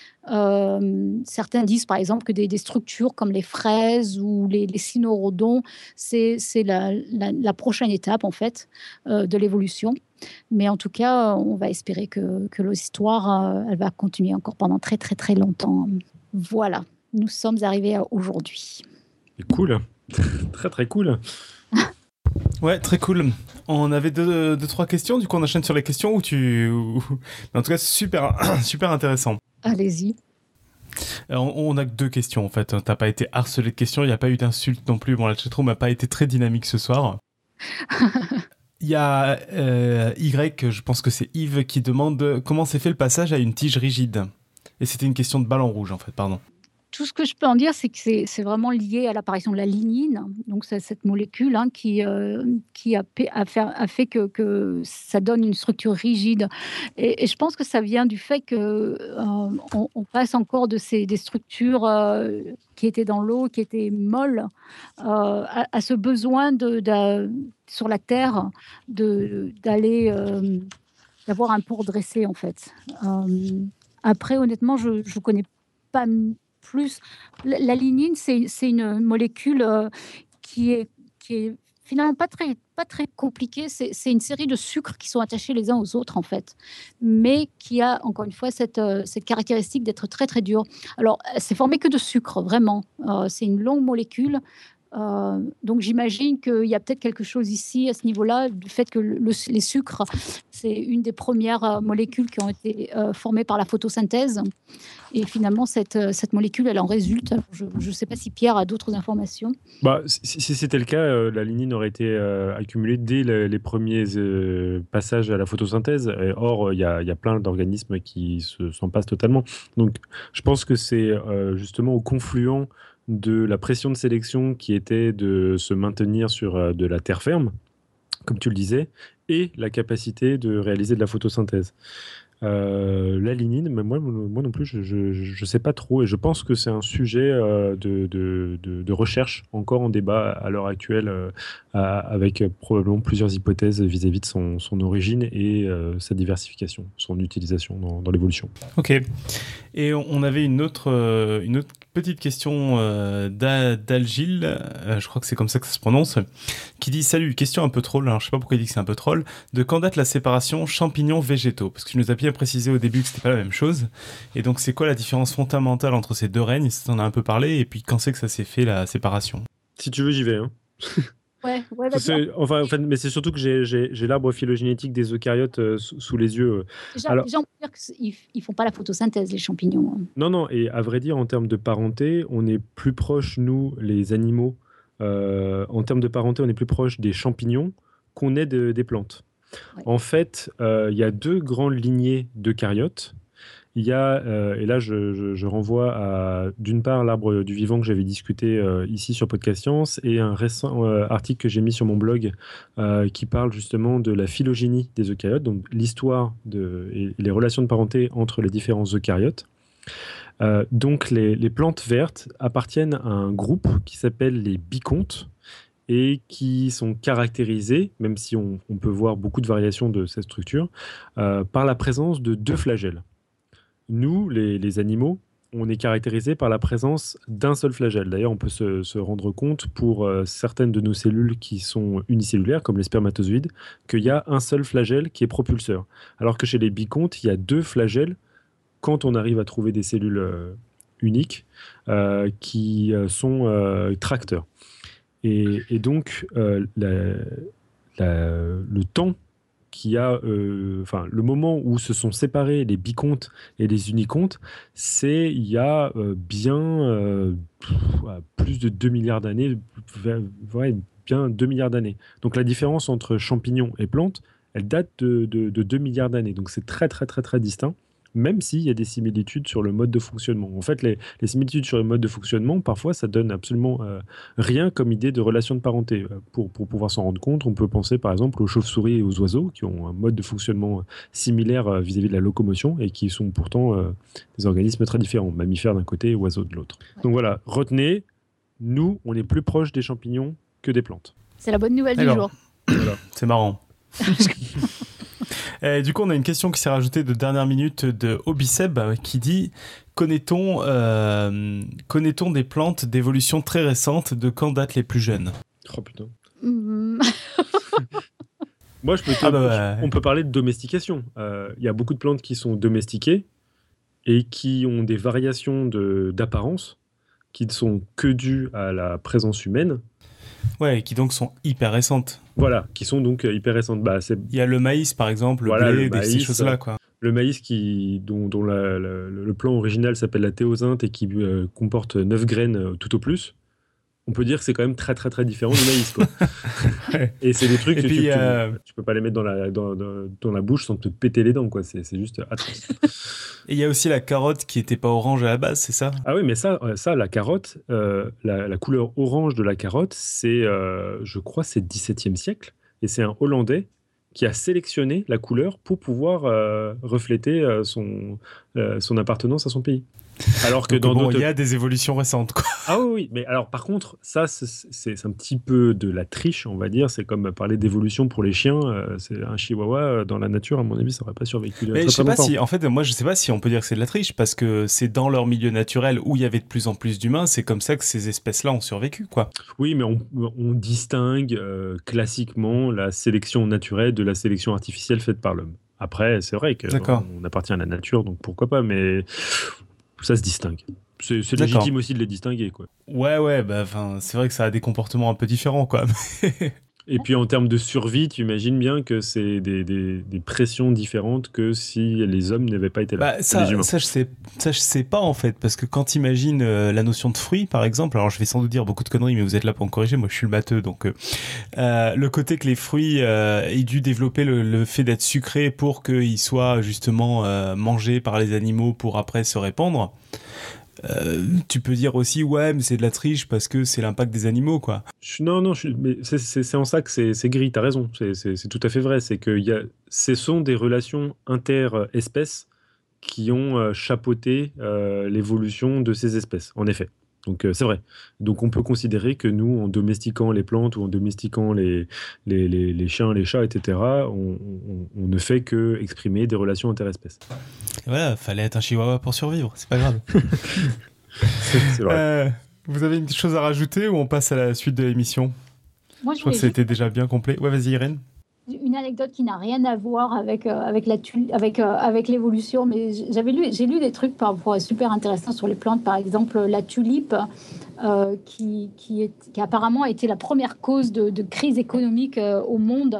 Certains disent par exemple que des structures comme les fraises ou les cynorrhodons, c'est la prochaine étape, en fait, de l'évolution. Mais en tout cas, on va espérer que l'histoire, elle va continuer encore pendant très très très longtemps. Voilà, nous sommes arrivés à aujourd'hui. C'est cool, très très cool. Ouais, très cool. On avait deux, trois questions, du coup on enchaîne sur les questions En tout cas, super, super intéressant. Allez-y. On a que 2 questions en fait. T'as pas été harcelé de questions, il n'y a pas eu d'insultes non plus. Bon, la chatroom n'a pas été très dynamique ce soir. Il y a Y, je pense que c'est Yves, qui demande comment s'est fait le passage à une tige rigide. Et c'était une question de ballon rouge en fait, pardon. Tout ce que je peux en dire, c'est que c'est vraiment lié à l'apparition de la lignine. Donc, c'est cette molécule qui a fait que ça donne une structure rigide. Et je pense que ça vient du fait que on passe encore des structures qui étaient dans l'eau, qui étaient molles, à ce besoin sur la Terre d'aller d'avoir un port dressé, en fait. Après, honnêtement, je ne connais pas plus. La lignine, c'est une molécule qui est finalement pas très compliquée. C'est une série de sucres qui sont attachés les uns aux autres, en fait, mais qui a, encore une fois, cette caractéristique d'être très, très dur. Alors, c'est formé que de sucre, vraiment. C'est une longue molécule. Donc j'imagine qu'il y a peut-être quelque chose ici à ce niveau-là, du fait que les sucres, c'est une des premières molécules qui ont été formées par la photosynthèse. Et finalement, cette molécule, elle en résulte. Alors, je ne sais pas si Pierre a d'autres informations. Si c'était le cas, la lignine aurait été accumulée dès les premiers passages à la photosynthèse. Or, il y a plein d'organismes qui s'en passent totalement. Donc, je pense que c'est justement au confluent de la pression de sélection qui était de se maintenir sur de la terre ferme, comme tu le disais, et la capacité de réaliser de la photosynthèse. La lignine, mais moi non plus, je sais pas trop, et je pense que c'est un sujet de recherche encore en débat à l'heure actuelle, avec probablement plusieurs hypothèses vis-à-vis de son origine et sa diversification, son utilisation dans l'évolution. Ok. Et on avait une autre petite question d'Algile, je crois que c'est comme ça que ça se prononce, qui dit « Salut, question un peu troll, alors je sais pas pourquoi il dit que c'est un peu troll, de quand date la séparation champignons-végétaux ?» Parce que tu nous as bien précisé au début que c'était pas la même chose. Et donc, c'est quoi la différence fondamentale entre ces deux règnes? Si t'en as un peu parlé, et puis quand c'est que ça s'est fait, la séparation? Si tu veux, j'y vais. Hein. Ouais, en fait, mais c'est surtout que j'ai l'arbre phylogénétique des eucaryotes sous les yeux. Déjà, on peut dire qu'ils ne font pas la photosynthèse, les champignons. Non, et à vrai dire, en termes de parenté, on est plus proche, nous, les animaux, en termes de parenté, on est plus proche des champignons qu'on est des plantes. Ouais. En fait, il y a deux grandes lignées d'eucaryotes. Il y a, et là je renvoie à d'une part l'arbre du vivant que j'avais discuté ici sur Podcast Science et un récent article que j'ai mis sur mon blog qui parle justement de la phylogénie des eucaryotes, donc l'histoire et les relations de parenté entre les différents eucaryotes. Donc les plantes vertes appartiennent à un groupe qui s'appelle les bicontes et qui sont caractérisés, même si on peut voir beaucoup de variations de cette structure, par la présence de deux flagelles. Nous, les animaux, on est caractérisés par la présence d'un seul flagelle. D'ailleurs, on peut se rendre compte pour certaines de nos cellules qui sont unicellulaires, comme les spermatozoïdes, qu'il y a un seul flagelle qui est propulseur. Alors que chez les bicontes, il y a deux flagelles quand on arrive à trouver des cellules uniques qui sont tracteurs. Et donc, le temps qui a, le moment où se sont séparés les bicontes et les unicontes, c'est il y a plus de 2 milliards d'années, bien 2 milliards d'années. Donc la différence entre champignons et plantes, elle date de 2 milliards d'années. Donc c'est très, très, très, très distinct, même s'il y a des similitudes sur le mode de fonctionnement. En fait, les similitudes sur le mode de fonctionnement, parfois, ça donne absolument rien comme idée de relation de parenté. Pour pouvoir s'en rendre compte, on peut penser par exemple aux chauves-souris et aux oiseaux qui ont un mode de fonctionnement similaire vis-à-vis de la locomotion et qui sont pourtant des organismes très différents, mammifères d'un côté et oiseaux de l'autre. Ouais. Donc voilà, retenez, nous, on est plus proche des champignons que des plantes. C'est la bonne nouvelle du jour. Voilà. C'est marrant. Du coup, on a une question qui s'est rajoutée de dernière minute de Obiseb qui dit connaît-on des plantes d'évolution très récente? De quand datent les plus jeunes? Oh putain. Moi, on peut parler de domestication. Il y a beaucoup de plantes qui sont domestiquées et qui ont des variations d'apparence qui ne sont que dues à la présence humaine. Ouais, qui donc sont hyper récentes. Voilà, qui sont donc hyper récentes. Il y a le maïs, par exemple, le blé, ces choses-là, quoi. Le maïs dont le plant original s'appelle la théosinte et qui comporte 9 graines tout au plus. on peut dire que c'est quand même très très très différent du maïs, quoi. Ouais. Et c'est des trucs Et que puis, tu peux pas les mettre dans la bouche sans te péter les dents, quoi. C'est juste atroce. il y a aussi la carotte qui était pas orange à la base, c'est ça? Ah oui, mais ça la carotte, la couleur orange de la carotte, je crois, c'est 17e siècle. Et c'est un Hollandais qui a sélectionné la couleur pour pouvoir refléter son appartenance à son pays. Alors que Donc, dans bon, d'autres... il y a des évolutions récentes, quoi. Ah oui, oui, mais alors par contre, ça, c'est un petit peu de la triche, on va dire. C'est comme parler d'évolution pour les chiens. C'est un chihuahua dans la nature, à mon avis, ça n'aurait pas survécu Mais très je sais très pas longtemps. si, en fait, moi, je sais pas si on peut dire que c'est de la triche, parce que c'est dans leur milieu naturel où il y avait de plus en plus d'humains, c'est comme ça que ces espèces-là ont survécu, quoi. Oui, mais on distingue classiquement la sélection naturelle de la sélection artificielle faite par l'homme. Après, c'est vrai D'accord. qu'on appartient à la nature, donc pourquoi pas, mais ça se distingue. C'est D'accord. légitime aussi de les distinguer, quoi. Ouais, bah, enfin, c'est vrai que ça a des comportements un peu différents, quoi. Et puis en termes de survie, tu imagines bien que c'est des pressions différentes que si les hommes n'avaient pas été là. Bah, Les humains. ça, je sais pas, en fait, parce que quand t'imagines la notion de fruit, par exemple, alors je vais sans doute dire beaucoup de conneries, mais vous êtes là pour me corriger, moi je suis le matheux, donc le côté que les fruits aient dû développer le fait d'être sucrés pour qu'ils soient justement mangés par les animaux pour après se répandre, tu peux dire aussi, ouais, mais c'est de la triche parce que c'est l'impact des animaux, quoi. Non, mais c'est en ça que c'est gris, t'as raison, c'est tout à fait vrai. C'est que ce sont des relations inter-espèces qui ont chapeauté l'évolution de ces espèces, en effet. Donc c'est vrai. Donc on peut considérer que nous, en domestiquant les plantes ou en domestiquant les chiens, les chats, etc., on ne fait que exprimer des relations interespèces. Et voilà, fallait être un chihuahua pour survivre, c'est pas grave. C'est vrai. Vous avez une chose à rajouter ou on passe à la suite de l'émission? Moi, Je crois que c'était déjà bien complet. Ouais, vas-y, Irène. une anecdote qui n'a rien à voir avec l'évolution, mais j'ai lu des trucs parfois super intéressants sur les plantes. Par exemple, la tulipe, qui apparemment a été la première cause de crise économique au monde.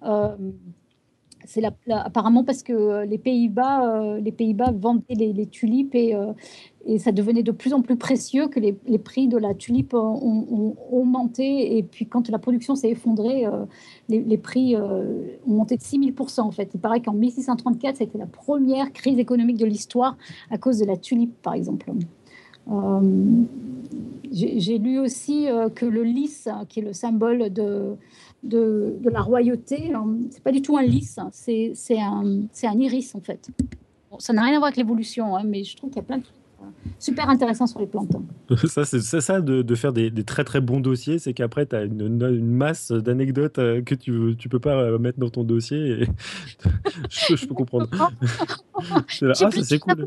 C'est apparemment parce que les Pays-Bas vendaient les tulipes et ça devenait de plus en plus précieux, que les prix de la tulipe ont augmenté. Et puis quand la production s'est effondrée, les prix ont monté de 6000% en fait. Il paraît qu'en 1634, c'était la première crise économique de l'histoire à cause de la tulipe, par exemple. J'ai lu aussi que le lys, qui est le symbole de la royauté, c'est pas du tout un lys, c'est un iris en fait. Bon, ça n'a rien à voir avec l'évolution, mais je trouve qu'il y a plein de trucs super intéressants sur les plantes. C'est ça de faire des très très bons dossiers, c'est qu'après tu as une masse d'anecdotes que tu peux pas mettre dans ton dossier. Et je peux comprendre. Là, ça c'est cool.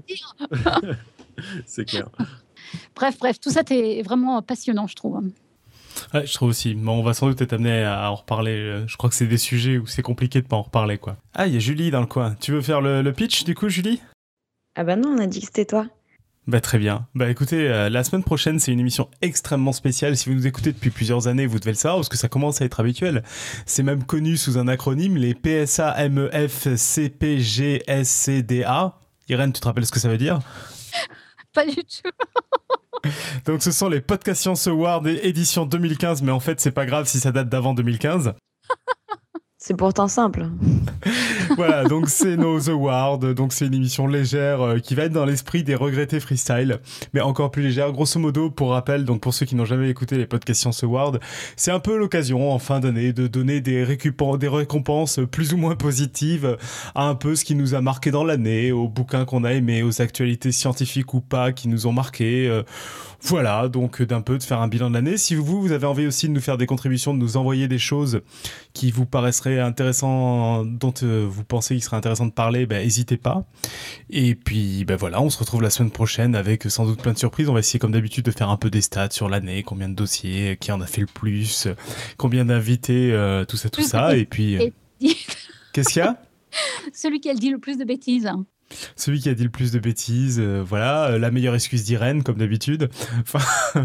C'est clair. Bref, tout ça est vraiment passionnant, je trouve. Ouais, je trouve aussi. Bon, on va sans doute être amené à en reparler. Je crois que c'est des sujets où c'est compliqué de pas en reparler, quoi. Ah, il y a Julie dans le coin. Tu veux faire le pitch, du coup, Julie? Ah bah non, on a dit que c'était toi. Bah très bien. Bah écoutez, la semaine prochaine, c'est une émission extrêmement spéciale. Si vous nous écoutez depuis plusieurs années, vous devez le savoir parce que ça commence à être habituel. C'est même connu sous un acronyme, les PSA, MEF, CPG, SCDA. Irène, tu te rappelles ce que ça veut dire? Pas du tout. Donc ce sont les Podcast Science Awards édition 2015, mais en fait c'est pas grave si ça date d'avant 2015. C'est pourtant simple. Voilà, donc c'est nos awards, donc c'est une émission légère qui va être dans l'esprit des regrettés freestyle, mais encore plus légère. Grosso modo, pour rappel, donc pour ceux qui n'ont jamais écouté les Podcast Science Awards, c'est un peu l'occasion en fin d'année de donner des récompenses plus ou moins positives à un peu ce qui nous a marqué dans l'année, aux bouquins qu'on a aimés, aux actualités scientifiques ou pas qui nous ont marqué. Voilà, donc d'un peu de faire un bilan de l'année. Si vous avez envie aussi de nous faire des contributions, de nous envoyer des choses qui vous paraisseraient intéressantes, dont vous pensez qu'il serait intéressant de parler, n'hésitez pas. Et puis voilà, on se retrouve la semaine prochaine avec sans doute plein de surprises. On va essayer comme d'habitude de faire un peu des stats sur l'année, combien de dossiers, qui en a fait le plus, combien d'invités, tout ça. Et puis, qu'est-ce qu'il y a? Celui qui a dit le plus de bêtises. Celui qui a dit le plus de bêtises, voilà, la meilleure excuse d'Irène, comme d'habitude. Enfin,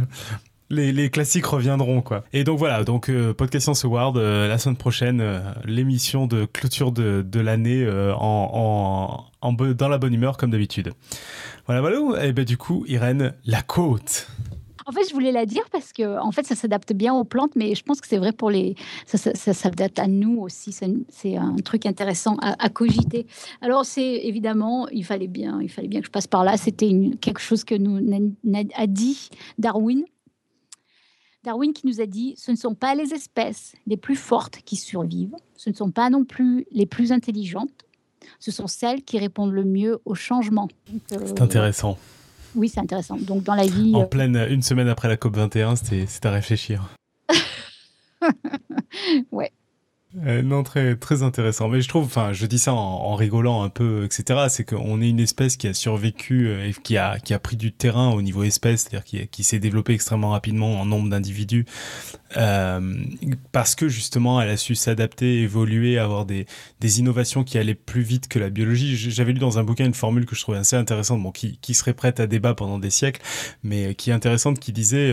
les classiques reviendront, quoi. Et donc voilà, Podcast Science Award, la semaine prochaine, l'émission de clôture de l'année dans la bonne humeur, comme d'habitude. Voilà. Et du coup, Irène, la côte. En fait, je voulais la dire parce que, en fait, ça s'adapte bien aux plantes, mais je pense que c'est vrai pour les. Ça s'adapte à nous aussi. C'est un truc intéressant à cogiter. Alors, c'est évidemment, il fallait bien que je passe par là. C'était quelque chose que a dit Darwin. Darwin qui nous a dit, ce ne sont pas les espèces les plus fortes qui survivent, ce ne sont pas non plus les plus intelligentes, ce sont celles qui répondent le mieux au changement. Donc, C'est intéressant. oui, c'est intéressant. Donc, dans la vie... En pleine, une semaine après la COP21, c'est à réfléchir. Ouais. Non, très, très intéressant. Mais je trouve, enfin, je dis ça en rigolant un peu, etc. C'est qu'on est une espèce qui a survécu et qui a pris du terrain au niveau espèce, c'est-à-dire qui s'est développée extrêmement rapidement en nombre d'individus, parce que justement, elle a su s'adapter, évoluer, avoir des innovations qui allaient plus vite que la biologie. J'avais lu dans un bouquin une formule que je trouvais assez intéressante, bon, qui serait prête à débat pendant des siècles, mais qui est intéressante, qui disait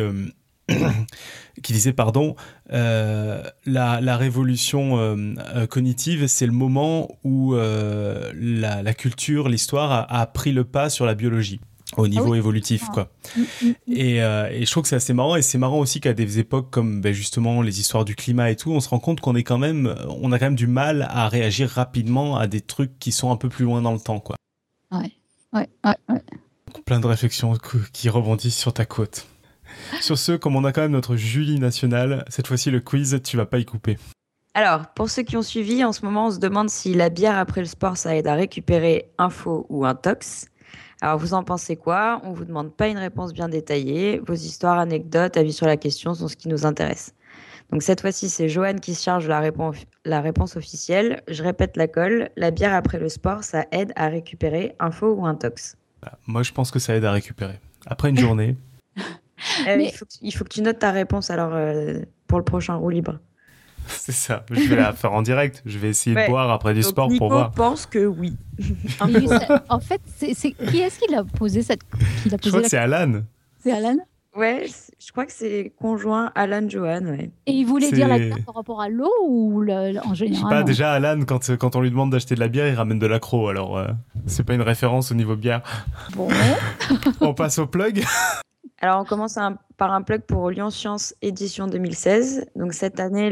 la révolution cognitive, c'est le moment où la culture, l'histoire a pris le pas sur la biologie au niveau évolutif, quoi. Et je trouve que c'est assez marrant, et c'est marrant aussi qu'à des époques comme justement les histoires du climat et tout, on se rend compte qu'on a quand même du mal à réagir rapidement à des trucs qui sont un peu plus loin dans le temps, quoi. Ouais. Plein de réflexions qui rebondissent sur ta côte. Sur ce, comme on a quand même notre Julie nationale, cette fois-ci le quiz, tu vas pas y couper. Alors, pour ceux qui ont suivi, en ce moment, on se demande si la bière après le sport, ça aide à récupérer un faux ou un tox. Alors, vous en pensez quoi? On vous demande pas une réponse bien détaillée. Vos histoires, anecdotes, avis sur la question sont ce qui nous intéresse. Donc, cette fois-ci, c'est Joanne qui se charge de la réponse officielle. Je répète la colle. La bière après le sport, ça aide à récupérer un faux ou un tox. Moi, je pense que ça aide à récupérer. Après une journée... Mais... il faut que tu notes ta réponse alors pour le prochain roue libre. C'est ça, je vais la faire en direct. Je vais essayer de boire après du sport Nico pour voir. Nico pense que oui. En fait, qui est-ce qui l'a posé cette... Je crois que c'est Alan. C'est Alan? Ouais, je crois que c'est conjoint Alan-Johan, ouais. Et il voulait dire la bière par rapport à l'eau ou en général? Je sais pas, déjà Alan, quand on lui demande d'acheter de la bière, il ramène de l'accro, alors c'est pas une référence au niveau bière. Bon. On passe au plug. Alors, on commence par un plug pour Lyon Science édition 2016. Donc, cette année,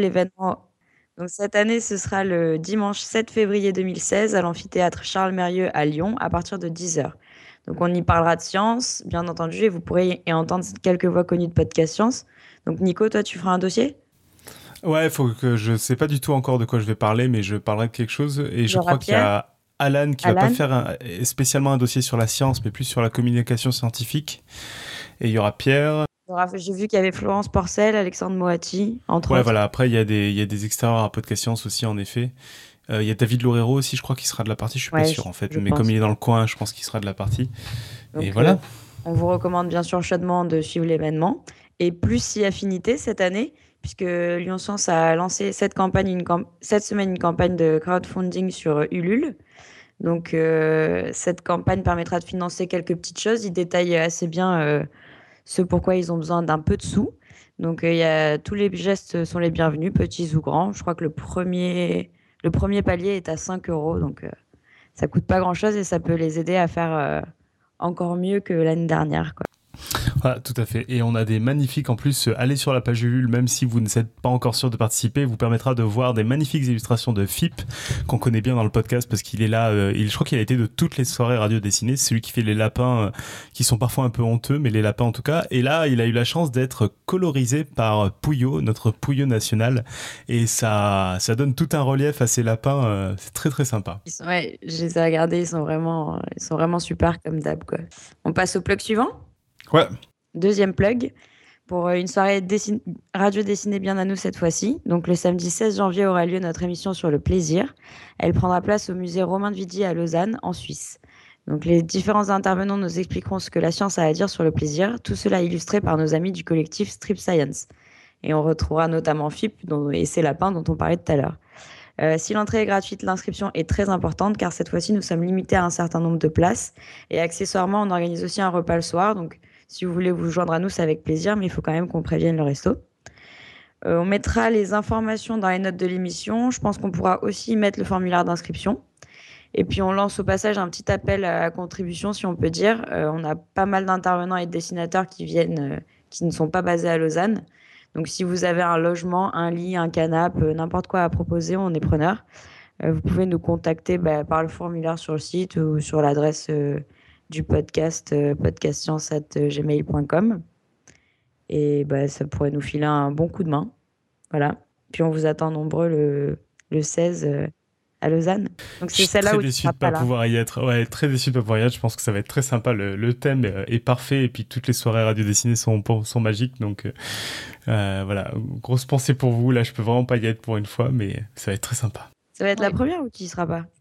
ce sera le dimanche 7 février 2016 à l'amphithéâtre Charles Mérieux à Lyon à partir de 10h. Donc, on y parlera de science, bien entendu, et vous pourrez y entendre quelques voix connues de podcast science. Donc, Nico, toi, tu feras un dossier? Ouais, je sais pas du tout encore de quoi je vais parler, mais je parlerai de quelque chose. Et je crois qu'il y a Alan qui va pas faire spécialement un dossier sur la science, mais plus sur la communication scientifique. Et il y aura Pierre. J'ai vu qu'il y avait Florence Porcel, Alexandre Moati, entre autres. Ouais, voilà. Après, il y a des extérieurs à Podcast Science aussi, en effet. Il y a David Loureiro aussi, je crois qu'il sera de la partie. Je suis pas sûr, en fait. Mais comme il est dans le coin, je pense qu'il sera de la partie. Donc, et voilà. On vous recommande bien sûr chaudement de suivre l'événement. Et plus si affinité cette année, puisque Lyon Science a lancé cette semaine une campagne de crowdfunding sur Ulule. Donc, cette campagne permettra de financer quelques petites choses. Il détaille assez bien ce pourquoi ils ont besoin d'un peu de sous. Donc, tous les gestes sont les bienvenus, petits ou grands. Je crois que le premier palier est à 5 €. Donc, ça coûte pas grand-chose et ça peut les aider à faire encore mieux que l'année dernière, quoi. Voilà, tout à fait. Et on a des magnifiques, en plus, allez sur la page Ulule, même si vous ne êtes pas encore sûr de participer, vous permettra de voir des magnifiques illustrations de Phip, qu'on connaît bien dans le podcast, parce qu'il est là, je crois qu'il a été de toutes les soirées radio dessinées, c'est celui qui fait les lapins, qui sont parfois un peu honteux, mais les lapins en tout cas. Et là, il a eu la chance d'être colorisé par Pouillot, notre Pouillot national, et ça donne tout un relief à ces lapins, c'est très très sympa. Ouais, je les ai regardés, ils sont vraiment super comme d'hab, quoi. On passe au plug suivant? Ouais. Deuxième plug pour une soirée radio dessinée bien à nous cette fois-ci. Donc le samedi 16 janvier aura lieu notre émission sur le plaisir. Elle prendra place au musée Romain de Vidy à Lausanne, en Suisse. Donc les différents intervenants nous expliqueront ce que la science a à dire sur le plaisir, tout cela illustré par nos amis du collectif Strip Science. Et on retrouvera notamment Phip et ses lapins dont on parlait tout à l'heure. Si l'entrée est gratuite, l'inscription est très importante car cette fois-ci nous sommes limités à un certain nombre de places. Et accessoirement, on organise aussi un repas le soir. Donc si vous voulez vous joindre à nous, c'est avec plaisir, mais il faut quand même qu'on prévienne le resto. On mettra les informations dans les notes de l'émission. Je pense qu'on pourra aussi mettre le formulaire d'inscription. Et puis, on lance au passage un petit appel à contribution, si on peut dire. On a pas mal d'intervenants et de dessinateurs qui qui ne sont pas basés à Lausanne. Donc, si vous avez un logement, un lit, un canapé, n'importe quoi à proposer, on est preneur. Vous pouvez nous contacter par le formulaire sur le site ou sur l'adresse du podcast, podcastscience@gmail.com. Et ça pourrait nous filer un bon coup de main. Voilà. Puis on vous attend nombreux le 16 à Lausanne. Donc c'est celle-là où tu seras pas là. Pouvoir y être. Ouais, très déçu de pas pouvoir y être. Je pense que ça va être très sympa. Le thème est parfait et puis toutes les soirées radio dessinées sont magiques. Donc voilà, grosse pensée pour vous. Là, je peux vraiment pas y être pour une fois, mais ça va être très sympa. Ça va être la première ou tu y seras pas?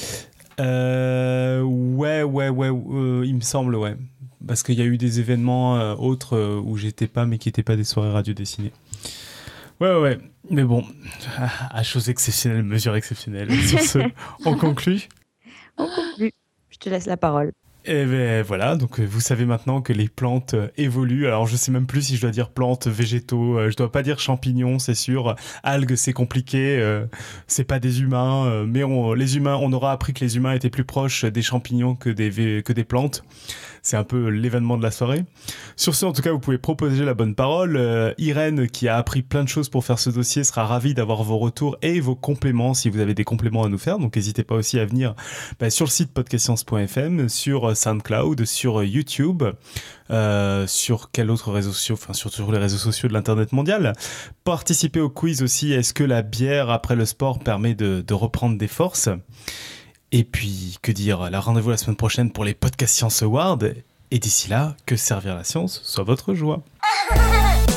Ouais, il me semble, ouais. Parce qu'il y a eu des événements autres où j'étais pas, mais qui n'étaient pas des soirées radio dessinées. Ouais. Mais bon, à chose exceptionnelle, mesure exceptionnelle. Sur ce, on conclut. Je te laisse la parole. Et ben voilà, donc vous savez maintenant que les plantes évoluent. Alors je sais même plus si je dois dire plantes, végétaux, je dois pas dire champignons, c'est sûr. Algues, c'est compliqué, c'est pas des humains, mais les humains, on aura appris que les humains étaient plus proches des champignons que des plantes. C'est un peu l'événement de la soirée. Sur ce, en tout cas, vous pouvez proposer la bonne parole. Irène, qui a appris plein de choses pour faire ce dossier, sera ravie d'avoir vos retours et vos compléments si vous avez des compléments à nous faire. Donc, n'hésitez pas aussi à venir sur le site podcastscience.fm, sur SoundCloud, sur YouTube, sur quel autre réseau social, enfin, sur les réseaux sociaux de l'Internet mondial. Participez au quiz aussi. Est-ce que la bière après le sport permet de reprendre des forces ? Et puis, que dire, rendez-vous la semaine prochaine pour les Podcast Science Awards. Et d'ici là, que servir la science soit votre joie.